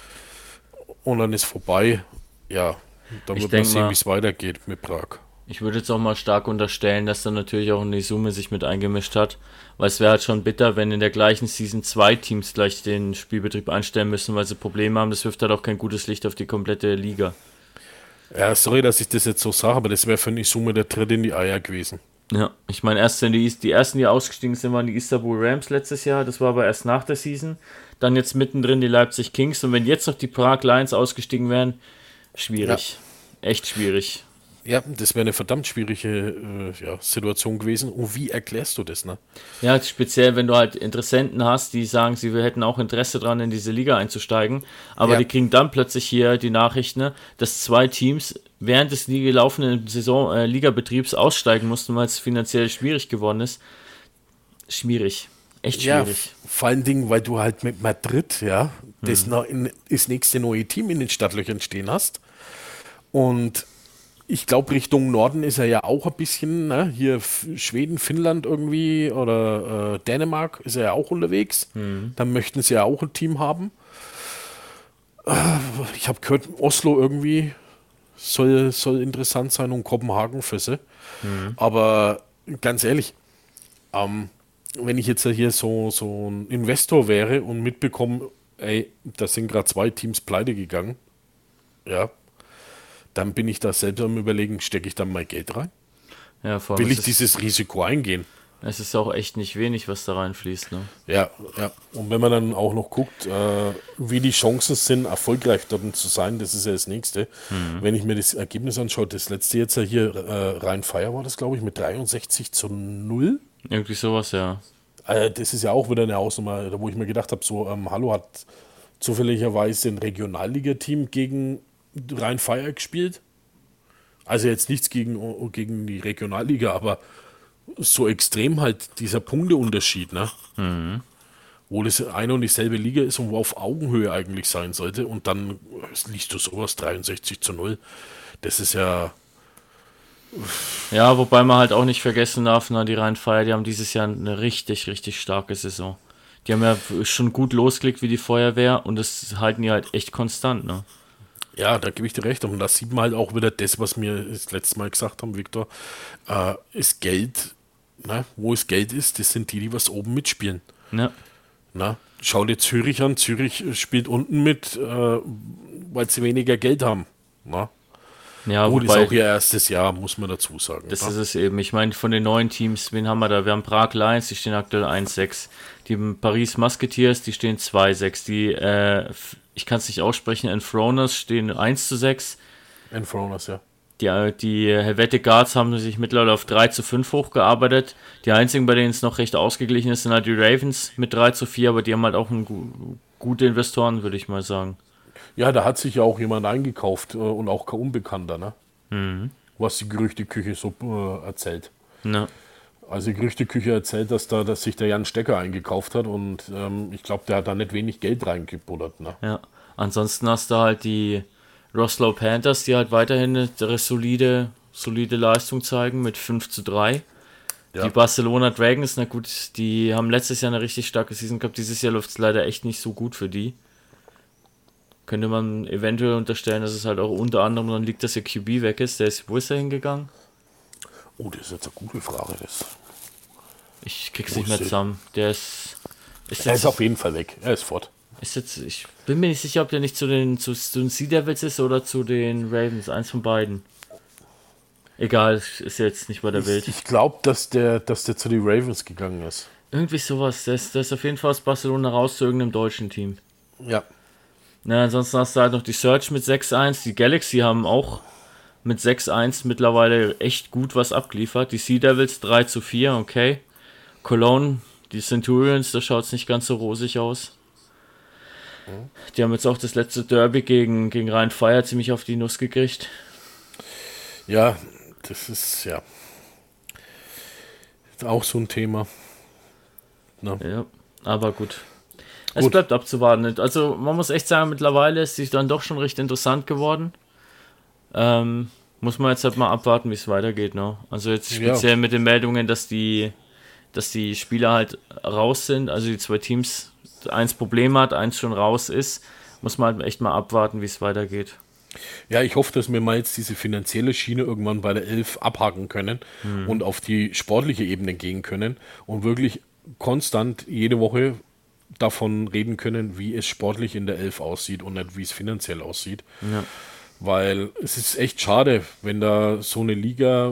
Speaker 3: Und dann ist vorbei. Ja, dann
Speaker 2: Ich
Speaker 3: wird man
Speaker 2: denk
Speaker 3: sehen,
Speaker 2: mal-
Speaker 3: wie es weitergeht mit Prag.
Speaker 2: Ich würde jetzt auch mal stark unterstellen, dass dann natürlich auch eine Summe sich mit eingemischt hat, weil es wäre halt schon bitter, wenn in der gleichen Season zwei Teams gleich den Spielbetrieb einstellen müssen, weil sie Probleme haben. Das wirft halt auch kein gutes Licht auf die komplette Liga.
Speaker 3: Ja, sorry, dass ich das jetzt so sage, aber das wäre für eine Summe der Tritt in die Eier gewesen.
Speaker 2: Ja, ich meine, erst sind die, die ersten, die ausgestiegen sind, waren die Istanbul Rams letztes Jahr. Das war aber erst nach der Season. Dann jetzt mittendrin die Leipzig Kings. Und wenn jetzt noch die Prag Lions ausgestiegen wären, schwierig. Echt schwierig.
Speaker 3: Ja, das wäre eine verdammt schwierige äh, ja, Situation gewesen. Und wie erklärst du das, ne?
Speaker 2: Ja, speziell, wenn du halt Interessenten hast, die sagen, sie hätten auch Interesse dran, in diese Liga einzusteigen, aber
Speaker 3: Ja.
Speaker 2: die kriegen dann plötzlich hier die Nachricht, ne, dass zwei Teams während des Liga laufenden Saison äh, Ligabetriebs aussteigen mussten, weil es finanziell schwierig geworden ist. Schwierig. Echt
Speaker 3: Ja,
Speaker 2: schwierig.
Speaker 3: vor allen Dingen, weil du halt mit Madrid, ja, das, noch in, das nächste neue Team in den Startlöchern stehen hast. Und ich glaube, Richtung Norden ist er ja auch ein bisschen, ne? Hier F- Schweden, Finnland irgendwie oder äh, Dänemark ist er ja auch unterwegs. Dann möchten sie ja auch ein Team haben. Äh, ich habe gehört, Oslo irgendwie soll, soll interessant sein und Kopenhagen für sie. Aber ganz ehrlich, ähm, wenn ich jetzt hier so, so ein Investor wäre und mitbekomme, ey, da sind gerade zwei Teams pleite gegangen, ja, dann bin ich da selbst am Überlegen, stecke ich dann mein Geld rein?
Speaker 2: Ja, vor allem
Speaker 3: Will ich
Speaker 2: es ist,
Speaker 3: dieses Risiko eingehen?
Speaker 2: es ist auch echt nicht wenig, was da reinfließt, ne?
Speaker 3: Ja, ja. Und wenn man dann auch noch guckt, äh, wie die Chancen sind, erfolgreich dort zu sein, das ist ja das Nächste. Wenn ich mir das Ergebnis anschaue, das letzte jetzt ja hier, äh, Rhein-Feier war das, glaube ich, mit dreiundsechzig zu null.
Speaker 2: Irgendwie sowas, ja.
Speaker 3: Äh, das ist ja auch wieder eine Hausnummer, wo ich mir gedacht habe, so, ähm, Hallo hat zufälligerweise ein Regionalligateam gegen Rhein-Feier gespielt. Also jetzt nichts gegen, gegen die Regionalliga, aber so extrem halt dieser Punkteunterschied, ne? Wo das eine und dieselbe Liga ist und wo auf Augenhöhe eigentlich sein sollte und dann liest du sowas dreiundsechzig zu null. Das ist ja,
Speaker 2: Ja, wobei man halt auch nicht vergessen darf, na, die Rhein-Feier, die haben dieses Jahr eine richtig, richtig starke Saison. Die haben ja schon gut losgelegt wie die Feuerwehr und das halten die halt echt konstant, ne?
Speaker 3: ja, da gebe ich dir recht. Und da sieht man halt auch wieder das, was wir das letzte Mal gesagt haben, Viktor, äh, ist Geld, ne? Wo es Geld ist, das sind die, die was oben mitspielen.
Speaker 2: Ja.
Speaker 3: Na, schau dir Zürich an. Zürich spielt unten mit, äh, weil sie weniger Geld haben. Na?
Speaker 2: Ja,
Speaker 3: Gut, ist
Speaker 2: wobei,
Speaker 3: auch ihr erstes Jahr, muss man dazu sagen.
Speaker 2: das
Speaker 3: na?
Speaker 2: ist es eben. Ich meine, von den neuen Teams, wen haben wir da? Wir haben Prag Lions, die stehen aktuell eins sechs. Die Paris Musketeers, die stehen zwei sechs. Die, äh, ich kann es nicht aussprechen, Enthroners stehen eins zu sechs.
Speaker 3: Enthroners, ja.
Speaker 2: Die, die Helvetic Guards haben sich mittlerweile auf drei zu fünf hochgearbeitet. Die einzigen, bei denen es noch recht ausgeglichen ist, sind halt die Ravens mit drei zu vier, aber die haben halt auch ein, gu- gute Investoren, würde ich mal sagen.
Speaker 3: Ja, da hat sich ja auch jemand eingekauft äh, und auch kein Unbekannter, ne?
Speaker 2: Mhm.
Speaker 3: Was die Gerüchteküche so äh, erzählt.
Speaker 2: Ja.
Speaker 3: Also die Gerüchteküche erzählt, dass da dass sich der Jan Stecker eingekauft hat und ähm, ich glaube, der hat da nicht wenig Geld reingebuddert, ne?
Speaker 2: Ja. Ansonsten hast du halt die Roslau Panthers, die halt weiterhin eine solide, solide Leistung zeigen mit fünf zu drei.
Speaker 3: Ja.
Speaker 2: Die Barcelona Dragons, na gut, die haben letztes Jahr eine richtig starke Season gehabt. Dieses Jahr läuft es leider echt nicht so gut für die. Könnte man eventuell unterstellen, dass es halt auch unter anderem dann liegt, dass der Q B weg ist. Der ist, wo ist er hingegangen?
Speaker 3: Oh, das ist jetzt eine gute Frage. Das.
Speaker 2: Ich krieg's
Speaker 3: Wo
Speaker 2: nicht mehr
Speaker 3: ist er?
Speaker 2: zusammen. Der ist. Ist
Speaker 3: Er ist
Speaker 2: jetzt,
Speaker 3: auf jeden Fall weg. Er ist fort.
Speaker 2: ist jetzt, ich bin mir nicht sicher, ob der nicht zu den, zu, zu den Sea Devils ist oder zu den Ravens. Eins von beiden. Egal, ist jetzt nicht bei der Welt.
Speaker 3: Ich glaube, dass der, dass der zu den Ravens gegangen ist.
Speaker 2: Irgendwie sowas. Der ist, der ist auf jeden Fall aus Barcelona raus zu irgendeinem deutschen Team.
Speaker 3: Ja.
Speaker 2: Ja, ansonsten hast du halt noch die Surge mit sechs eins, die Galaxy haben auch mit sechs eins mittlerweile echt gut was abgeliefert. Die Sea Devils drei zu vier, okay. Cologne, die Centurions, da schaut es nicht ganz so rosig aus. Die haben jetzt auch das letzte Derby gegen, gegen Rhein-Fire ziemlich auf die Nuss gekriegt.
Speaker 3: Ja, das ist ja auch so ein Thema. Na.
Speaker 2: Ja, aber gut. Es
Speaker 3: Gut.
Speaker 2: bleibt abzuwarten. Also man muss echt sagen, mittlerweile ist sich dann doch schon recht interessant geworden. Ähm, muss man jetzt halt mal abwarten, wie es weitergeht. Ne? Also jetzt speziell
Speaker 3: Ja.
Speaker 2: mit den Meldungen, dass die, dass die Spieler halt raus sind, also die zwei Teams, eins Problem hat, eins schon raus ist, muss man halt echt mal abwarten, wie es weitergeht.
Speaker 3: Ja, ich hoffe, dass wir mal jetzt diese finanzielle Schiene irgendwann bei der Elf abhaken können
Speaker 2: Hm.
Speaker 3: und auf die sportliche Ebene gehen können und wirklich konstant jede Woche davon reden können, wie es sportlich in der Elf aussieht und nicht, wie es finanziell aussieht.
Speaker 2: Ja.
Speaker 3: Weil es ist echt schade, wenn da so eine Liga,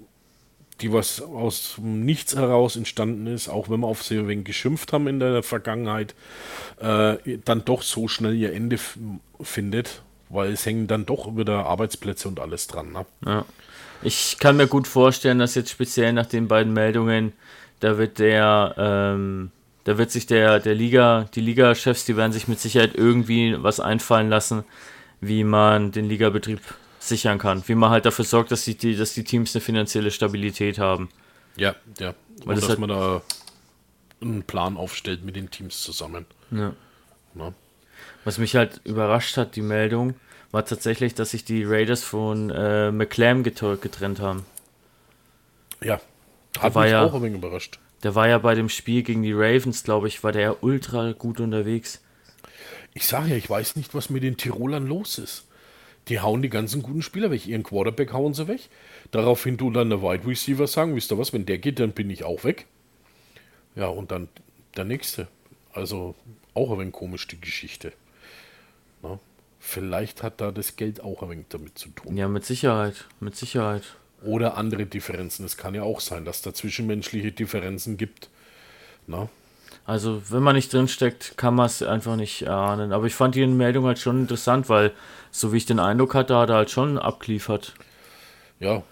Speaker 3: die was aus dem Nichts heraus entstanden ist, auch wenn wir auf sie ein wenig geschimpft haben in der Vergangenheit, äh, dann doch so schnell ihr Ende f- findet, weil es hängen dann doch wieder Arbeitsplätze und alles dran. Ne?
Speaker 2: Ja. Ich kann mir gut vorstellen, dass jetzt speziell nach den beiden Meldungen, da wird der, ähm, da wird sich der, der Liga, die Liga-Chefs, die werden sich mit Sicherheit irgendwie was einfallen lassen, wie man den Ligabetrieb sichern kann. Wie man halt dafür sorgt, dass die, die, dass die Teams eine finanzielle Stabilität haben.
Speaker 3: Ja, ja.
Speaker 2: Weil
Speaker 3: Und
Speaker 2: das
Speaker 3: dass
Speaker 2: hat-
Speaker 3: man da einen Plan aufstellt mit den Teams zusammen.
Speaker 2: Ja.
Speaker 3: Ne?
Speaker 2: Was mich halt überrascht hat, die Meldung, war tatsächlich, dass sich die Raiders von äh, McClam get- getrennt haben.
Speaker 3: Ja, hat
Speaker 2: war
Speaker 3: mich
Speaker 2: ja-
Speaker 3: auch ein wenig überrascht.
Speaker 2: Der war ja bei dem Spiel gegen die Ravens, glaube ich, war der ja ultra gut unterwegs.
Speaker 3: Ich sage ja, ich weiß nicht, was mit den Tirolern los ist. Die hauen die ganzen guten Spieler weg. Ihren Quarterback hauen sie weg. Daraufhin du dann der Wide Receiver sagen, wisst ihr was, wenn der geht, dann bin ich auch weg. Ja, und dann der nächste. Also auch ein wenig komisch die Geschichte. Na, vielleicht hat da das Geld auch ein wenig damit zu tun.
Speaker 2: Ja, mit Sicherheit, mit Sicherheit.
Speaker 3: Oder andere Differenzen. Es kann ja auch sein, dass da zwischenmenschliche Differenzen gibt. Na?
Speaker 2: Also, wenn man nicht drinsteckt, kann man es einfach nicht erahnen. Aber ich fand die Meldung halt schon interessant, weil, so wie ich den Eindruck hatte, hat er halt schon abgeliefert.
Speaker 3: Ja.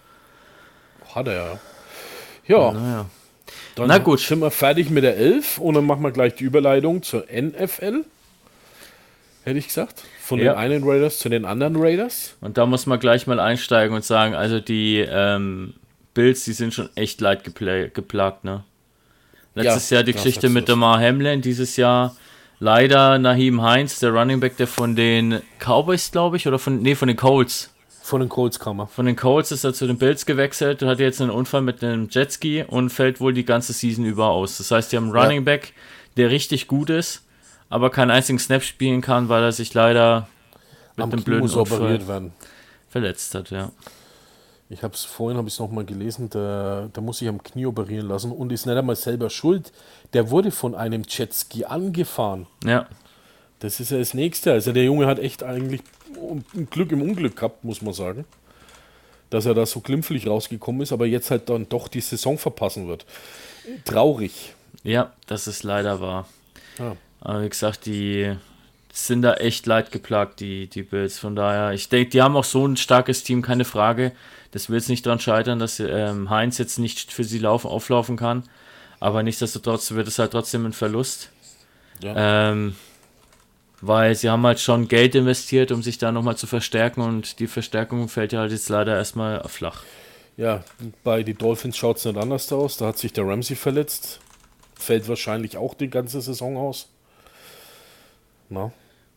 Speaker 3: Hat er ja. Ja,
Speaker 2: Naja.
Speaker 3: dann
Speaker 2: Na gut.
Speaker 3: sind wir fertig mit der Elf und dann machen wir gleich die Überleitung zur N F L. Hätte ich gesagt. Von
Speaker 2: Ja.
Speaker 3: den einen Raiders zu den anderen Raiders.
Speaker 2: Und da muss man gleich mal einsteigen und sagen, also die ähm, Bills, die sind schon echt leid gepla- geplagt, ne? Letztes
Speaker 3: Ja,
Speaker 2: Jahr die
Speaker 3: da
Speaker 2: Geschichte
Speaker 3: sagst
Speaker 2: mit
Speaker 3: du's.
Speaker 2: Damar Hamlin, dieses Jahr leider Naheem Hines, der Running Back, der von den Cowboys, glaube ich, oder von, nee, von den Colts.
Speaker 3: Von den Colts kam er.
Speaker 2: Von den Colts ist er zu den Bills gewechselt und hat jetzt einen Unfall mit einem Jetski und fällt wohl die ganze Season über aus. Das heißt, die haben einen
Speaker 3: Ja.
Speaker 2: Running Back, der richtig gut ist, aber keinen einzigen Snap spielen kann, weil er sich leider mit
Speaker 3: Am
Speaker 2: einem
Speaker 3: Knie
Speaker 2: blöden
Speaker 3: muss
Speaker 2: Unfall
Speaker 3: operiert werden.
Speaker 2: verletzt hat, ja.
Speaker 3: Ich habe es vorhin, habe ich es nochmal gelesen, der, der muss sich am Knie operieren lassen und ist nicht einmal selber schuld. Der wurde von einem Jetski angefahren.
Speaker 2: Ja,
Speaker 3: Das ist ja das Nächste. Also der Junge hat echt eigentlich ein Glück im Unglück gehabt, muss man sagen. Dass er da so glimpflich rausgekommen ist, aber jetzt halt dann doch die Saison verpassen wird. Traurig.
Speaker 2: ja, das ist leider wahr.
Speaker 3: Ja.
Speaker 2: Aber wie gesagt, die sind da echt leid geplagt, die, die Bills. Von daher, ich denke, die haben auch so ein starkes Team, keine Frage. Das wird jetzt nicht daran scheitern, dass ähm, Heinz jetzt nicht für sie laufen, auflaufen kann. Aber nichtsdestotrotz wird es halt trotzdem ein Verlust.
Speaker 3: Ja.
Speaker 2: Ähm, weil sie haben halt schon Geld investiert, um sich da nochmal zu verstärken. Und die Verstärkung fällt ja halt jetzt leider erstmal flach.
Speaker 3: Ja, bei den Dolphins schaut es nicht anders aus. Da hat sich der Ramsey verletzt. Fällt wahrscheinlich auch die ganze Saison aus. Na?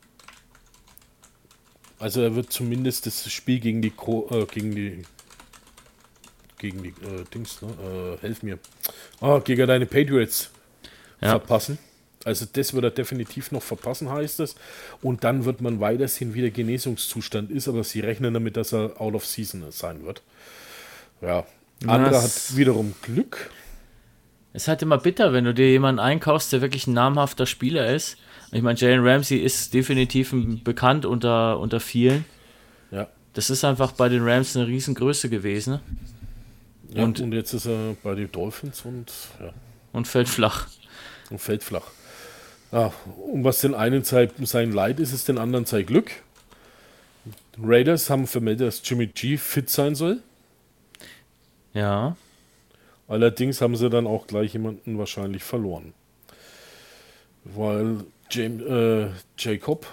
Speaker 3: Also er wird zumindest das Spiel gegen die Co äh, gegen die gegen die äh, Dings, ne? Äh, helf mir. Ah, gegen deine Patriots
Speaker 2: Ja.
Speaker 3: verpassen. Also das wird er definitiv noch verpassen, heißt es. Und dann wird man weitersehen, wie der Genesungszustand ist, aber sie rechnen damit, dass er out of season sein wird. Ja. Andere
Speaker 2: Das-
Speaker 3: hat wiederum Glück.
Speaker 2: Es ist halt immer bitter, wenn du dir jemanden einkaufst, der wirklich ein namhafter Spieler ist. Ich meine, Jalen Ramsey ist definitiv ein- bekannt unter, unter vielen.
Speaker 3: Ja.
Speaker 2: Das ist einfach bei den Rams eine Riesengröße gewesen, ne?
Speaker 3: Ja, und,
Speaker 2: Und-
Speaker 3: jetzt ist er bei den Dolphins und, ja,
Speaker 2: Und fällt flach.
Speaker 3: und fällt flach. Ah, und was den einen sei, sein Leid ist, ist den anderen sei Glück. Raiders haben vermeldet, dass Jimmy G fit sein soll.
Speaker 2: Ja.
Speaker 3: Allerdings haben sie dann auch gleich jemanden wahrscheinlich verloren. Weil James, äh, Jacob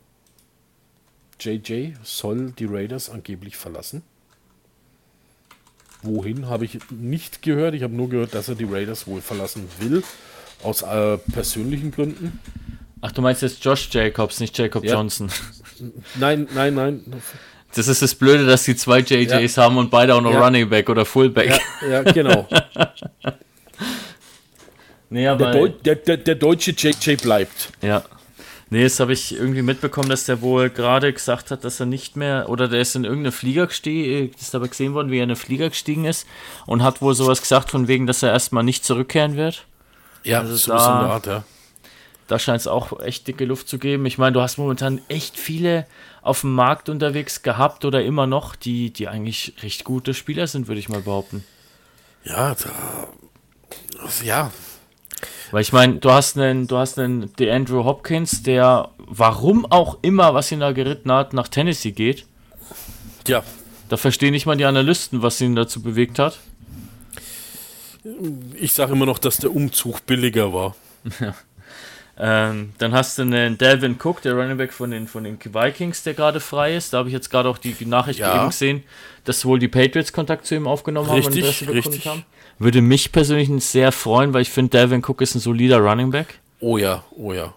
Speaker 3: J J soll die Raiders angeblich verlassen. Wohin, habe ich nicht gehört. Ich habe nur gehört, dass er die Raiders wohl verlassen will. Aus äh, persönlichen Gründen.
Speaker 2: Ach, du meinst jetzt Josh Jacobs, nicht Jacob
Speaker 3: Ja.
Speaker 2: Johnson.
Speaker 3: Nein, nein, nein.
Speaker 2: Das ist das Blöde, dass die zwei J Js ja. haben und beide auch noch
Speaker 3: Ja.
Speaker 2: Running Back oder Fullback.
Speaker 3: Ja, ja genau.
Speaker 2: Nee, aber,
Speaker 3: Der, Deu der, der, der deutsche J J bleibt.
Speaker 2: Ja. Nee, das habe ich irgendwie mitbekommen, dass der wohl gerade gesagt hat, dass er nicht mehr, oder der ist in irgendeine Flieger gestiegen, ist dabei gesehen worden, wie er in eine Flieger gestiegen ist und hat wohl sowas gesagt von wegen, dass er erstmal nicht zurückkehren wird.
Speaker 3: Ja,
Speaker 2: Also
Speaker 3: so
Speaker 2: da-
Speaker 3: ist in der Art, ja.
Speaker 2: Da scheint es auch echt dicke Luft zu geben. Ich meine, du hast momentan echt viele auf dem Markt unterwegs gehabt oder immer noch, die, die eigentlich recht gute Spieler sind, würde ich mal behaupten.
Speaker 3: Ja, da, ja,
Speaker 2: Weil ich meine, du hast einen, du hast einen DeAndre Hopkins, der, warum auch immer, was ihn da geritten hat, nach Tennessee geht.
Speaker 3: ja.
Speaker 2: Da verstehen nicht mal die Analysten, was ihn dazu bewegt hat.
Speaker 3: Ich sage immer noch, dass der Umzug billiger war.
Speaker 2: Ähm, dann hast du einen Dalvin Cook, der Running Back von den, von den Vikings, der gerade frei ist. Da habe ich jetzt gerade auch die Nachricht
Speaker 3: Ja.
Speaker 2: eben gesehen, dass wohl die Patriots Kontakt zu ihm aufgenommen haben und
Speaker 3: Richtig,
Speaker 2: Interesse bekundet
Speaker 3: richtig.
Speaker 2: haben. Würde mich persönlich sehr freuen, weil ich finde, Dalvin Cook ist ein solider Running Back.
Speaker 3: Oh ja, oh ja.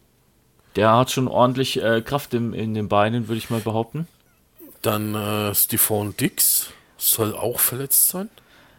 Speaker 2: Der hat schon ordentlich äh, Kraft im, in den Beinen, würde ich mal behaupten.
Speaker 3: Dann äh, Stephon Diggs soll auch verletzt sein.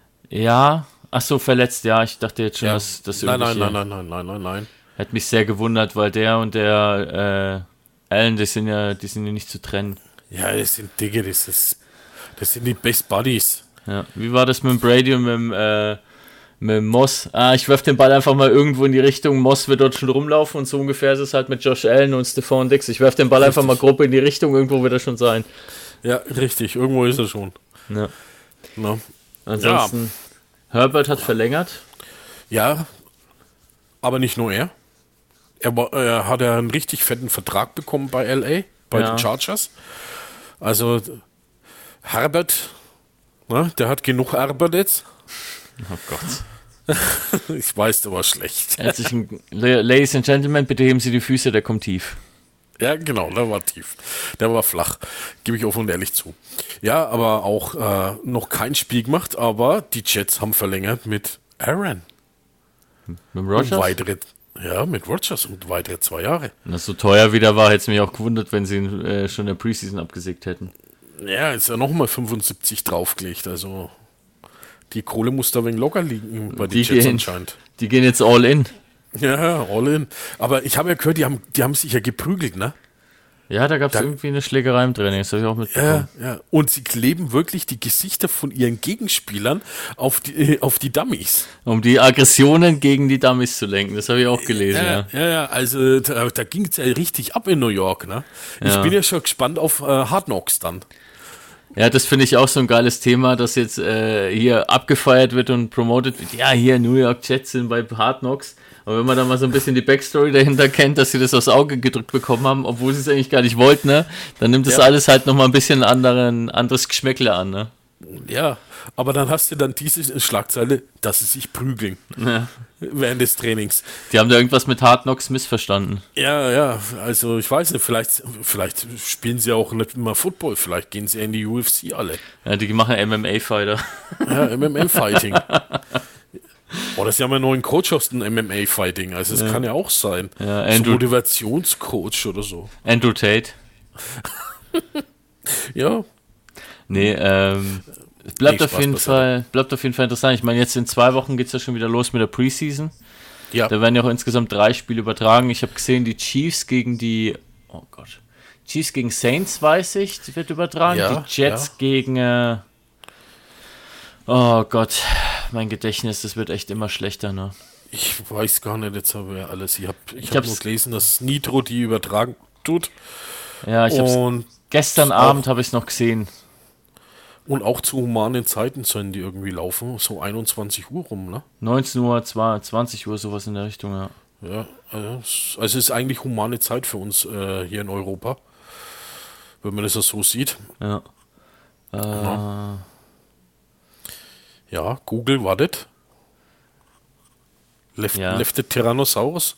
Speaker 2: Ja, ach so, verletzt, ja. Ich dachte jetzt schon,
Speaker 3: Ja.
Speaker 2: dass das
Speaker 3: Nein, nein,
Speaker 2: irgendwelche-
Speaker 3: nein, nein, nein, nein, nein, nein.
Speaker 2: Hätte mich sehr gewundert, weil der und der äh, Allen, die sind ja, die sind ja nicht zu trennen.
Speaker 3: Ja, das sind Dinge, das ist, das sind die Best Buddies.
Speaker 2: Ja. Wie war das mit dem Brady und mit dem, äh, mit dem Moss? Ah, ich werf den Ball einfach mal irgendwo in die Richtung. Moss wird dort schon rumlaufen und so ungefähr ist es halt mit Josh Allen und Stephon Diggs. Ich werf den Ball einfach mal grob in die Richtung, irgendwo wird er schon sein.
Speaker 3: Ja, richtig, irgendwo ist er schon.
Speaker 2: Ja.
Speaker 3: Na?
Speaker 2: Ansonsten, Herbert hat verlängert.
Speaker 3: Ja, aber nicht nur er. Er, war, er hat ja einen richtig fetten Vertrag bekommen bei L A, bei
Speaker 2: Ja.
Speaker 3: den Chargers. Also Herbert, ne, der hat genug Arbeit jetzt.
Speaker 2: Oh Gott.
Speaker 3: Ich weiß, der war schlecht.
Speaker 2: Herzlichen, Ladies and Gentlemen, bitte heben Sie die Füße, der kommt tief.
Speaker 3: Ja, genau, der war tief. Der war flach, gebe ich offen und ehrlich zu. Ja, aber auch äh, noch kein Spiel gemacht, aber die Jets haben verlängert mit Aaron.
Speaker 2: Mit dem
Speaker 3: Und
Speaker 2: Rodgers?
Speaker 3: weitere, ja, mit Rodgers und weitere zwei Jahre.
Speaker 2: Wenn das so teuer wieder war, hätte es mich auch gewundert, wenn sie ihn äh, schon in der Preseason abgesägt hätten.
Speaker 3: Ja, ist ja nochmal fünfundsiebzig draufgelegt, also die Kohle muss da wegen locker liegen bei den
Speaker 2: Die
Speaker 3: Jets
Speaker 2: gehen-
Speaker 3: anscheinend.
Speaker 2: Die gehen jetzt all in.
Speaker 3: Ja, all in. Aber ich habe ja gehört, die haben, die haben sich ja geprügelt, ne?
Speaker 2: Ja, da gab es
Speaker 3: Da-
Speaker 2: irgendwie eine Schlägerei im Training, das habe ich auch mitbekommen.
Speaker 3: Ja, ja. Und sie kleben wirklich die Gesichter von ihren Gegenspielern auf die, auf die Dummies.
Speaker 2: Um die Aggressionen gegen die Dummies zu lenken, das habe ich auch gelesen, ja.
Speaker 3: ja, ja, also da, da ging es ja richtig ab in New York, ne? Ich
Speaker 2: Ja.
Speaker 3: bin ja schon gespannt auf äh, Hard Knocks dann.
Speaker 2: Ja, das finde ich auch so ein geiles Thema, dass jetzt äh, hier abgefeiert wird und promotet wird. Ja, hier New York Jets sind bei Hard Knocks. Aber wenn man dann mal so ein bisschen die Backstory dahinter kennt, dass sie das aufs Auge gedrückt bekommen haben, obwohl sie es eigentlich gar nicht wollten, ne? Dann nimmt das
Speaker 3: Ja.
Speaker 2: alles halt nochmal ein bisschen anderen, anderes Geschmäckle an, ne?
Speaker 3: Ja, aber dann hast du dann diese Schlagzeile, dass sie sich prügeln
Speaker 2: Ja.
Speaker 3: während des Trainings.
Speaker 2: Die haben da irgendwas mit Hard Knocks missverstanden.
Speaker 3: Ja, ja, also ich weiß nicht, vielleicht, vielleicht spielen sie auch nicht immer Football, vielleicht gehen sie in die U F C alle.
Speaker 2: Ja, die machen M M A-Fighter.
Speaker 3: Ja, M M A-Fighting. Oder sie haben einen neuen Coach aus dem M M A-Fighting, also es kann ja auch sein.
Speaker 2: Ja,
Speaker 3: so
Speaker 2: Andrew-
Speaker 3: Motivationscoach oder so.
Speaker 2: Andrew Tate.
Speaker 3: Ja,
Speaker 2: Nee, ähm, es bleibt
Speaker 3: Nee,
Speaker 2: auf
Speaker 3: Spaß
Speaker 2: jeden
Speaker 3: beiseite.
Speaker 2: Fall, bleibt auf jeden Fall interessant. Ich meine, jetzt in zwei Wochen geht es ja schon wieder los mit der Preseason.
Speaker 3: ja,
Speaker 2: Da werden ja auch insgesamt drei Spiele übertragen. Ich habe gesehen, die Chiefs gegen die, oh Gott, Chiefs gegen Saints, weiß ich, die wird übertragen.
Speaker 3: Ja,
Speaker 2: die Jets
Speaker 3: ja.
Speaker 2: gegen, äh, oh Gott, mein Gedächtnis, das wird echt immer schlechter, ne?
Speaker 3: ich weiß gar nicht jetzt aber ja alles. Ich habe ich
Speaker 2: Ich
Speaker 3: hab
Speaker 2: hab's-
Speaker 3: nur gelesen, dass Nitro die übertragen tut
Speaker 2: Ja, ich habe
Speaker 3: und,
Speaker 2: gestern
Speaker 3: auch-
Speaker 2: Abend habe ich es noch gesehen.
Speaker 3: und auch zu humanen Zeiten sollen die irgendwie laufen, so einundzwanzig Uhr rum, ne?
Speaker 2: neunzehn Uhr, zwanzig Uhr, sowas in der Richtung, ja.
Speaker 3: Ja, also es ist eigentlich humane Zeit für uns äh, hier in Europa, wenn man das so sieht.
Speaker 2: Ja. Äh,
Speaker 3: Ja, ja Google wartet. Left,
Speaker 2: Ja.
Speaker 3: Left the Tyrannosaurus.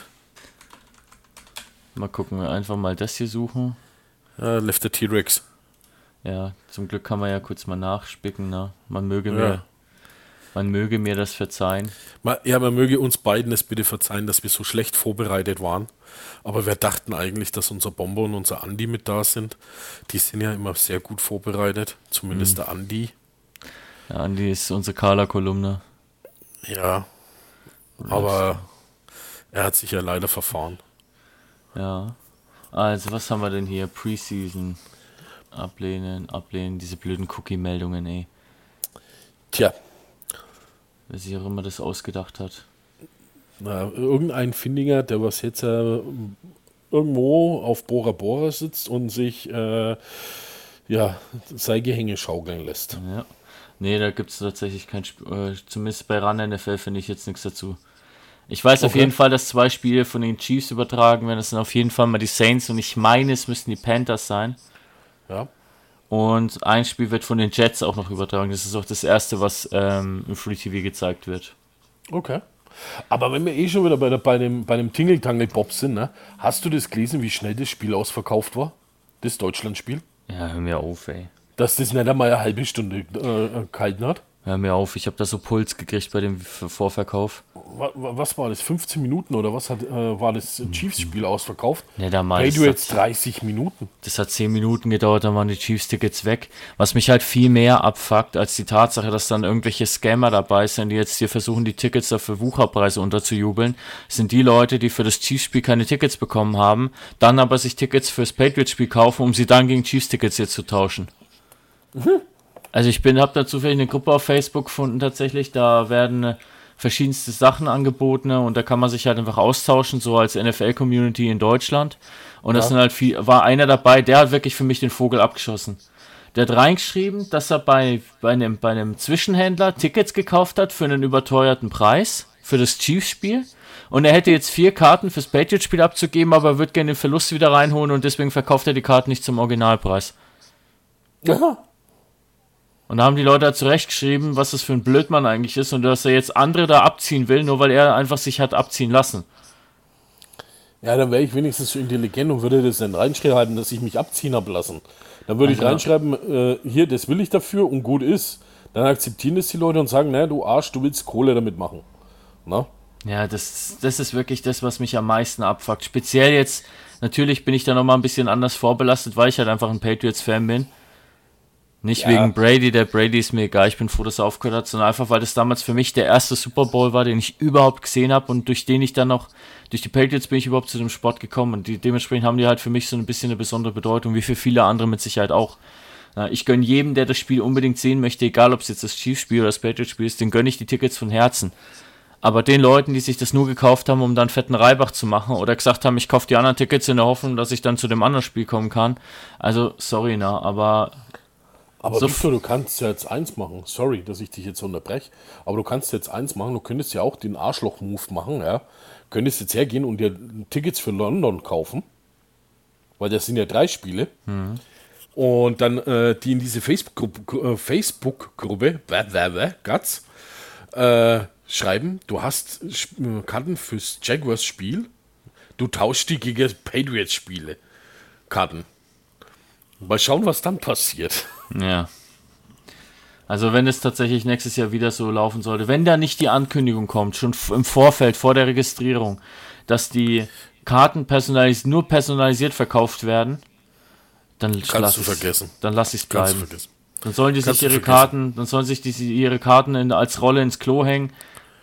Speaker 2: Mal gucken, einfach mal das hier suchen.
Speaker 3: Ja, Left the T-Rex.
Speaker 2: Ja, zum Glück kann man ja kurz mal nachspicken, ne? Man möge
Speaker 3: Ja.
Speaker 2: mir, man möge mir das verzeihen.
Speaker 3: Ma- Ja, man möge uns beiden es bitte verzeihen, dass wir so schlecht vorbereitet waren. Aber wir dachten eigentlich, dass unser Bomber und unser Andi mit da sind. Die sind ja immer sehr gut vorbereitet. Zumindest der Andi.
Speaker 2: Ja, Andi ist unsere Carla-Kolumne.
Speaker 3: Ja. Aber er hat sich ja leider verfahren.
Speaker 2: Ja. Also, was haben wir denn hier? Preseason. Ablehnen, ablehnen, diese blöden Cookie-Meldungen, ey.
Speaker 3: Tja,
Speaker 2: Wer sich auch immer das ausgedacht hat.
Speaker 3: na, irgendein Findiger, der was jetzt äh, irgendwo auf Bora Bora sitzt und sich äh, ja, sein Gehänge schaukeln lässt.
Speaker 2: Ja. Nee, da gibt es tatsächlich kein Spiel. Äh, zumindest bei Run N F L finde ich jetzt nichts dazu. Ich weiß auf
Speaker 3: Okay.
Speaker 2: jeden Fall, dass zwei Spiele von den Chiefs übertragen werden. Das sind auf jeden Fall mal die Saints und ich meine, es müssten die Panthers sein.
Speaker 3: Ja.
Speaker 2: Und ein Spiel wird von den Jets auch noch übertragen. Das ist auch das erste, was ähm, im Free T V gezeigt wird.
Speaker 3: Okay. Aber wenn wir eh schon wieder bei, der, bei dem, bei dem Tingle-Tangle-Bob sind, ne? Hast du das gelesen, wie schnell das Spiel ausverkauft war? Das Deutschland-Spiel?
Speaker 2: Ja, hör mir auf, ey.
Speaker 3: Dass das nicht einmal eine halbe Stunde äh, gehalten hat?
Speaker 2: Hör mir auf, ich habe da so Puls gekriegt bei dem F- Vorverkauf.
Speaker 3: Wa- wa- Was war das? fünfzehn Minuten oder was hat, äh, war das Chiefs-Spiel ausverkauft?
Speaker 2: Ja, da mal. Das
Speaker 3: Patriots
Speaker 2: hat,
Speaker 3: dreißig Minuten.
Speaker 2: das hat zehn Minuten gedauert, dann waren die Chiefs-Tickets weg. Was mich halt viel mehr abfuckt, als die Tatsache, dass dann irgendwelche Scammer dabei sind, die jetzt hier versuchen, die Tickets dafür Wucherpreise unterzujubeln, sind die Leute, die für das Chiefs-Spiel keine Tickets bekommen haben, dann aber sich Tickets fürs Patriots-Spiel kaufen, um sie dann gegen Chiefs-Tickets jetzt zu tauschen. Also ich bin, habe da zufällig eine Gruppe auf Facebook gefunden tatsächlich, da werden äh, verschiedenste Sachen angeboten, ne, und da kann man sich halt einfach austauschen, so als N F L-Community in Deutschland. Und das
Speaker 3: Ja.
Speaker 2: sind halt viel, war einer dabei, der hat wirklich für mich den Vogel abgeschossen. Der hat reingeschrieben, dass er bei, bei, einem, bei einem Zwischenhändler Tickets gekauft hat für einen überteuerten Preis für das Chiefs-Spiel. Und er hätte jetzt vier Karten fürs Patriots-Spiel abzugeben, aber er würde gerne den Verlust wieder reinholen und deswegen verkauft er die Karten nicht zum Originalpreis.
Speaker 3: Ja.
Speaker 2: Und da haben die Leute halt zurechtgeschrieben, was das für ein Blödmann eigentlich ist und dass er jetzt andere da abziehen will, nur weil er einfach sich hat abziehen lassen.
Speaker 3: Ja, dann wäre ich wenigstens so intelligent und würde das dann reinschreiben, dass ich mich abziehen habe lassen. Dann würde ich
Speaker 2: Ja.
Speaker 3: reinschreiben, äh, hier, das will ich dafür und gut ist. Dann akzeptieren das die Leute und sagen, naja, du Arsch, du willst Kohle damit machen. Na?
Speaker 2: Ja, das, das ist wirklich das, was mich am meisten abfuckt. Speziell jetzt, natürlich bin ich da nochmal ein bisschen anders vorbelastet, weil ich halt einfach ein Patriots-Fan bin. Nicht
Speaker 3: Ja.
Speaker 2: wegen Brady, der Brady ist mir egal, ich bin froh, dass er aufgehört hat, sondern einfach, weil das damals für mich der erste Super Bowl war, den ich überhaupt gesehen habe und durch den ich dann noch, durch die Patriots bin ich überhaupt zu dem Sport gekommen und die, dementsprechend haben die halt für mich so ein bisschen eine besondere Bedeutung, wie für viele andere mit Sicherheit auch. Ja, ich gönne jedem, der das Spiel unbedingt sehen möchte, egal ob es jetzt das Chiefs-Spiel oder das Patriots-Spiel ist, den gönne ich die Tickets von Herzen. Aber den Leuten, die sich das nur gekauft haben, um dann fetten Reibach zu machen oder gesagt haben, ich kaufe die anderen Tickets in der Hoffnung, dass ich dann zu dem anderen Spiel kommen kann, also sorry, na, aber
Speaker 3: Aber
Speaker 2: So
Speaker 3: Victor, du kannst ja jetzt eins machen. Sorry, dass ich dich jetzt unterbreche. Aber du kannst jetzt eins machen. Du könntest ja auch den Arschloch-Move machen. Ja? Könntest jetzt hergehen und dir Tickets für London kaufen. Weil das sind ja drei Spiele. Und dann äh, die in diese Facebook-Gruppe, äh, Facebook-Gruppe bäh, bäh, bäh, Guts, äh, schreiben, du hast Sp- Karten fürs Jaguars-Spiel. Du tauschst die gegen Patriots-Spiele. Karten. Mal schauen, was dann passiert.
Speaker 2: ja. Also wenn es tatsächlich nächstes Jahr wieder so laufen sollte, wenn da nicht die Ankündigung kommt, schon f- im Vorfeld, vor der Registrierung, dass die Karten personalis- nur personalisiert verkauft werden, dann
Speaker 3: Kannst
Speaker 2: lass
Speaker 3: du
Speaker 2: ich's-
Speaker 3: vergessen.
Speaker 2: Dann lass ich es
Speaker 3: Kannst du
Speaker 2: bleiben.
Speaker 3: vergessen.
Speaker 2: Dann sollen die sich
Speaker 3: Kannst du
Speaker 2: ihre
Speaker 3: vergessen.
Speaker 2: Karten, dann sollen sich die, ihre Karten in, als Rolle ins Klo hängen.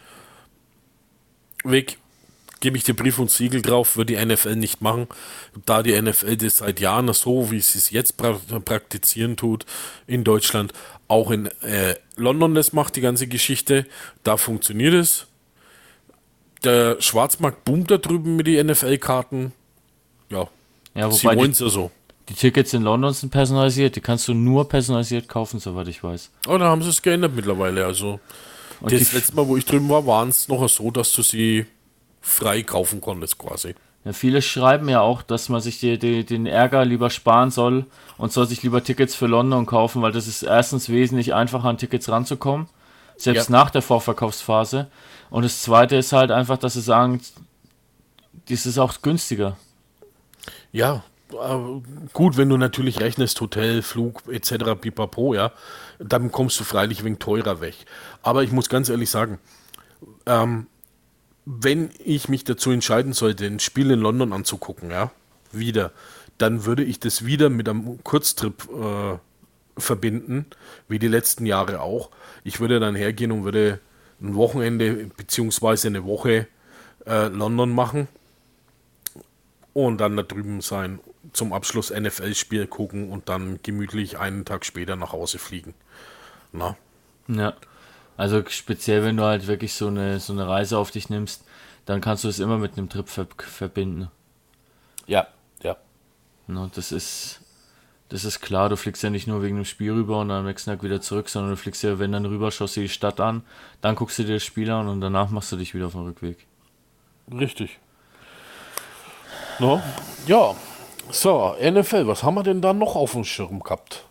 Speaker 3: Weg, gebe ich dir Brief und Siegel drauf, wird die N F L nicht machen. Da die N F L das seit Jahren so, wie sie es jetzt pra praktizieren tut, in Deutschland, auch in äh, London das macht, die ganze Geschichte, da funktioniert es. Der Schwarzmarkt boomt da drüben mit den N F L-Karten. Ja,
Speaker 2: Ja,
Speaker 3: sie
Speaker 2: wobei
Speaker 3: wollen
Speaker 2: die,
Speaker 3: es ja so.
Speaker 2: die Tickets in London sind personalisiert, die kannst du nur personalisiert kaufen, soweit ich weiß.
Speaker 3: Oh, da haben sie es geändert mittlerweile. Also
Speaker 2: Und
Speaker 3: das
Speaker 2: die-
Speaker 3: letzte Mal, wo ich drüben war, waren es noch so, dass du sie frei kaufen konntest quasi.
Speaker 2: Ja, viele schreiben ja auch, dass man sich die, die, den Ärger lieber sparen soll und soll sich lieber Tickets für London kaufen, weil das ist erstens wesentlich einfacher, an Tickets ranzukommen, selbst
Speaker 3: Ja.
Speaker 2: nach der Vorverkaufsphase. Und das zweite ist halt einfach, dass sie sagen, das ist auch günstiger.
Speaker 3: Ja, äh, gut, wenn du natürlich rechnest, Hotel, Flug et cetera pipapo, ja, dann kommst du freilich ein wenig teurer weg. Aber ich muss ganz ehrlich sagen, ähm, wenn ich mich dazu entscheiden sollte, ein Spiel in London anzugucken, ja, wieder, dann würde ich das wieder mit einem Kurztrip äh, verbinden, wie die letzten Jahre auch. Ich würde dann hergehen und würde ein Wochenende beziehungsweise eine Woche äh, London machen und dann da drüben sein, zum Abschluss N F L-Spiel gucken und dann gemütlich einen Tag später nach Hause fliegen. Na?
Speaker 2: Ja. Also speziell, wenn du halt wirklich so eine, so eine Reise auf dich nimmst, dann kannst du es immer mit einem Trip ver verbinden.
Speaker 3: Ja, ja.
Speaker 2: Ne, das ist, das ist klar, du fliegst ja nicht nur wegen dem Spiel rüber und am nächsten Tag wieder zurück, sondern du fliegst ja, wenn dann rüber, schaust dir die Stadt an, dann guckst du dir das Spiel an und danach machst du dich wieder auf den Rückweg.
Speaker 3: Richtig. No? Ja. So, N F L, was haben wir denn da noch auf dem Schirm gehabt?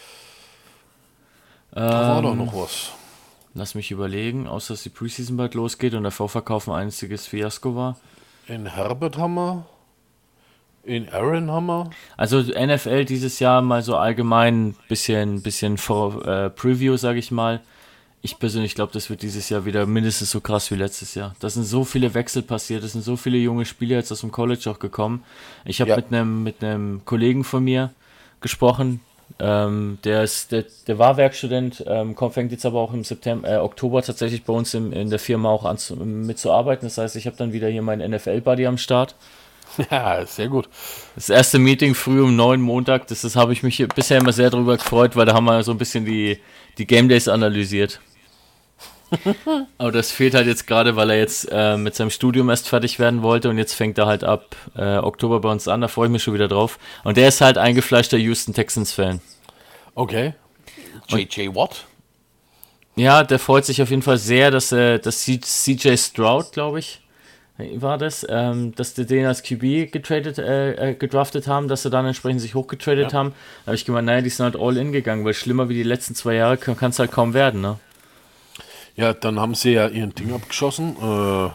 Speaker 3: Da war doch noch was.
Speaker 2: Lass mich überlegen, außer dass die Preseason bald losgeht und der Vorverkauf ein einziges Fiasko war.
Speaker 3: In Herbert haben wir, in Aaron haben wir.
Speaker 2: Also N F L dieses Jahr mal so allgemein bisschen, bisschen vor, äh, Preview, sage ich mal. Ich persönlich glaube, das wird dieses Jahr wieder mindestens so krass wie letztes Jahr. Da sind so viele Wechsel passiert, es sind so viele junge Spieler jetzt aus dem College auch gekommen. Ich habe
Speaker 3: Ja.
Speaker 2: mit einem mit einem Kollegen von mir gesprochen, ähm, der ist der, der war Werkstudent, ähm, kommt, fängt jetzt aber auch im September, äh, Oktober tatsächlich bei uns im, in der Firma auch an zu, mitzuarbeiten. Das heißt, ich habe dann wieder hier meinen N F L-Buddy am Start.
Speaker 3: Ja, sehr gut.
Speaker 2: Das erste Meeting früh um neun Montag, das, das habe ich mich bisher immer sehr drüber gefreut, weil da haben wir so ein bisschen die, die Game Days analysiert. Aber das fehlt halt jetzt gerade, weil er jetzt äh, mit seinem Studium erst fertig werden wollte und jetzt fängt er halt ab äh, Oktober bei uns an, da freue ich mich schon wieder drauf. Und der ist halt eingefleischter Houston Texans-Fan.
Speaker 3: Okay. J J Watt?
Speaker 2: Ja, der freut sich auf jeden Fall sehr, dass äh, dass C J Stroud, glaube ich, war das, ähm, dass die den als Q B getradet, äh, äh, gedraftet haben, dass sie dann entsprechend sich hochgetradet
Speaker 3: Ja.
Speaker 2: haben. Da habe ich gemeint, naja, die sind halt all in gegangen, weil schlimmer wie die letzten zwei Jahre kann es halt kaum werden, ne?
Speaker 3: Ja, dann haben sie ja ihren Ding abgeschossen. Äh,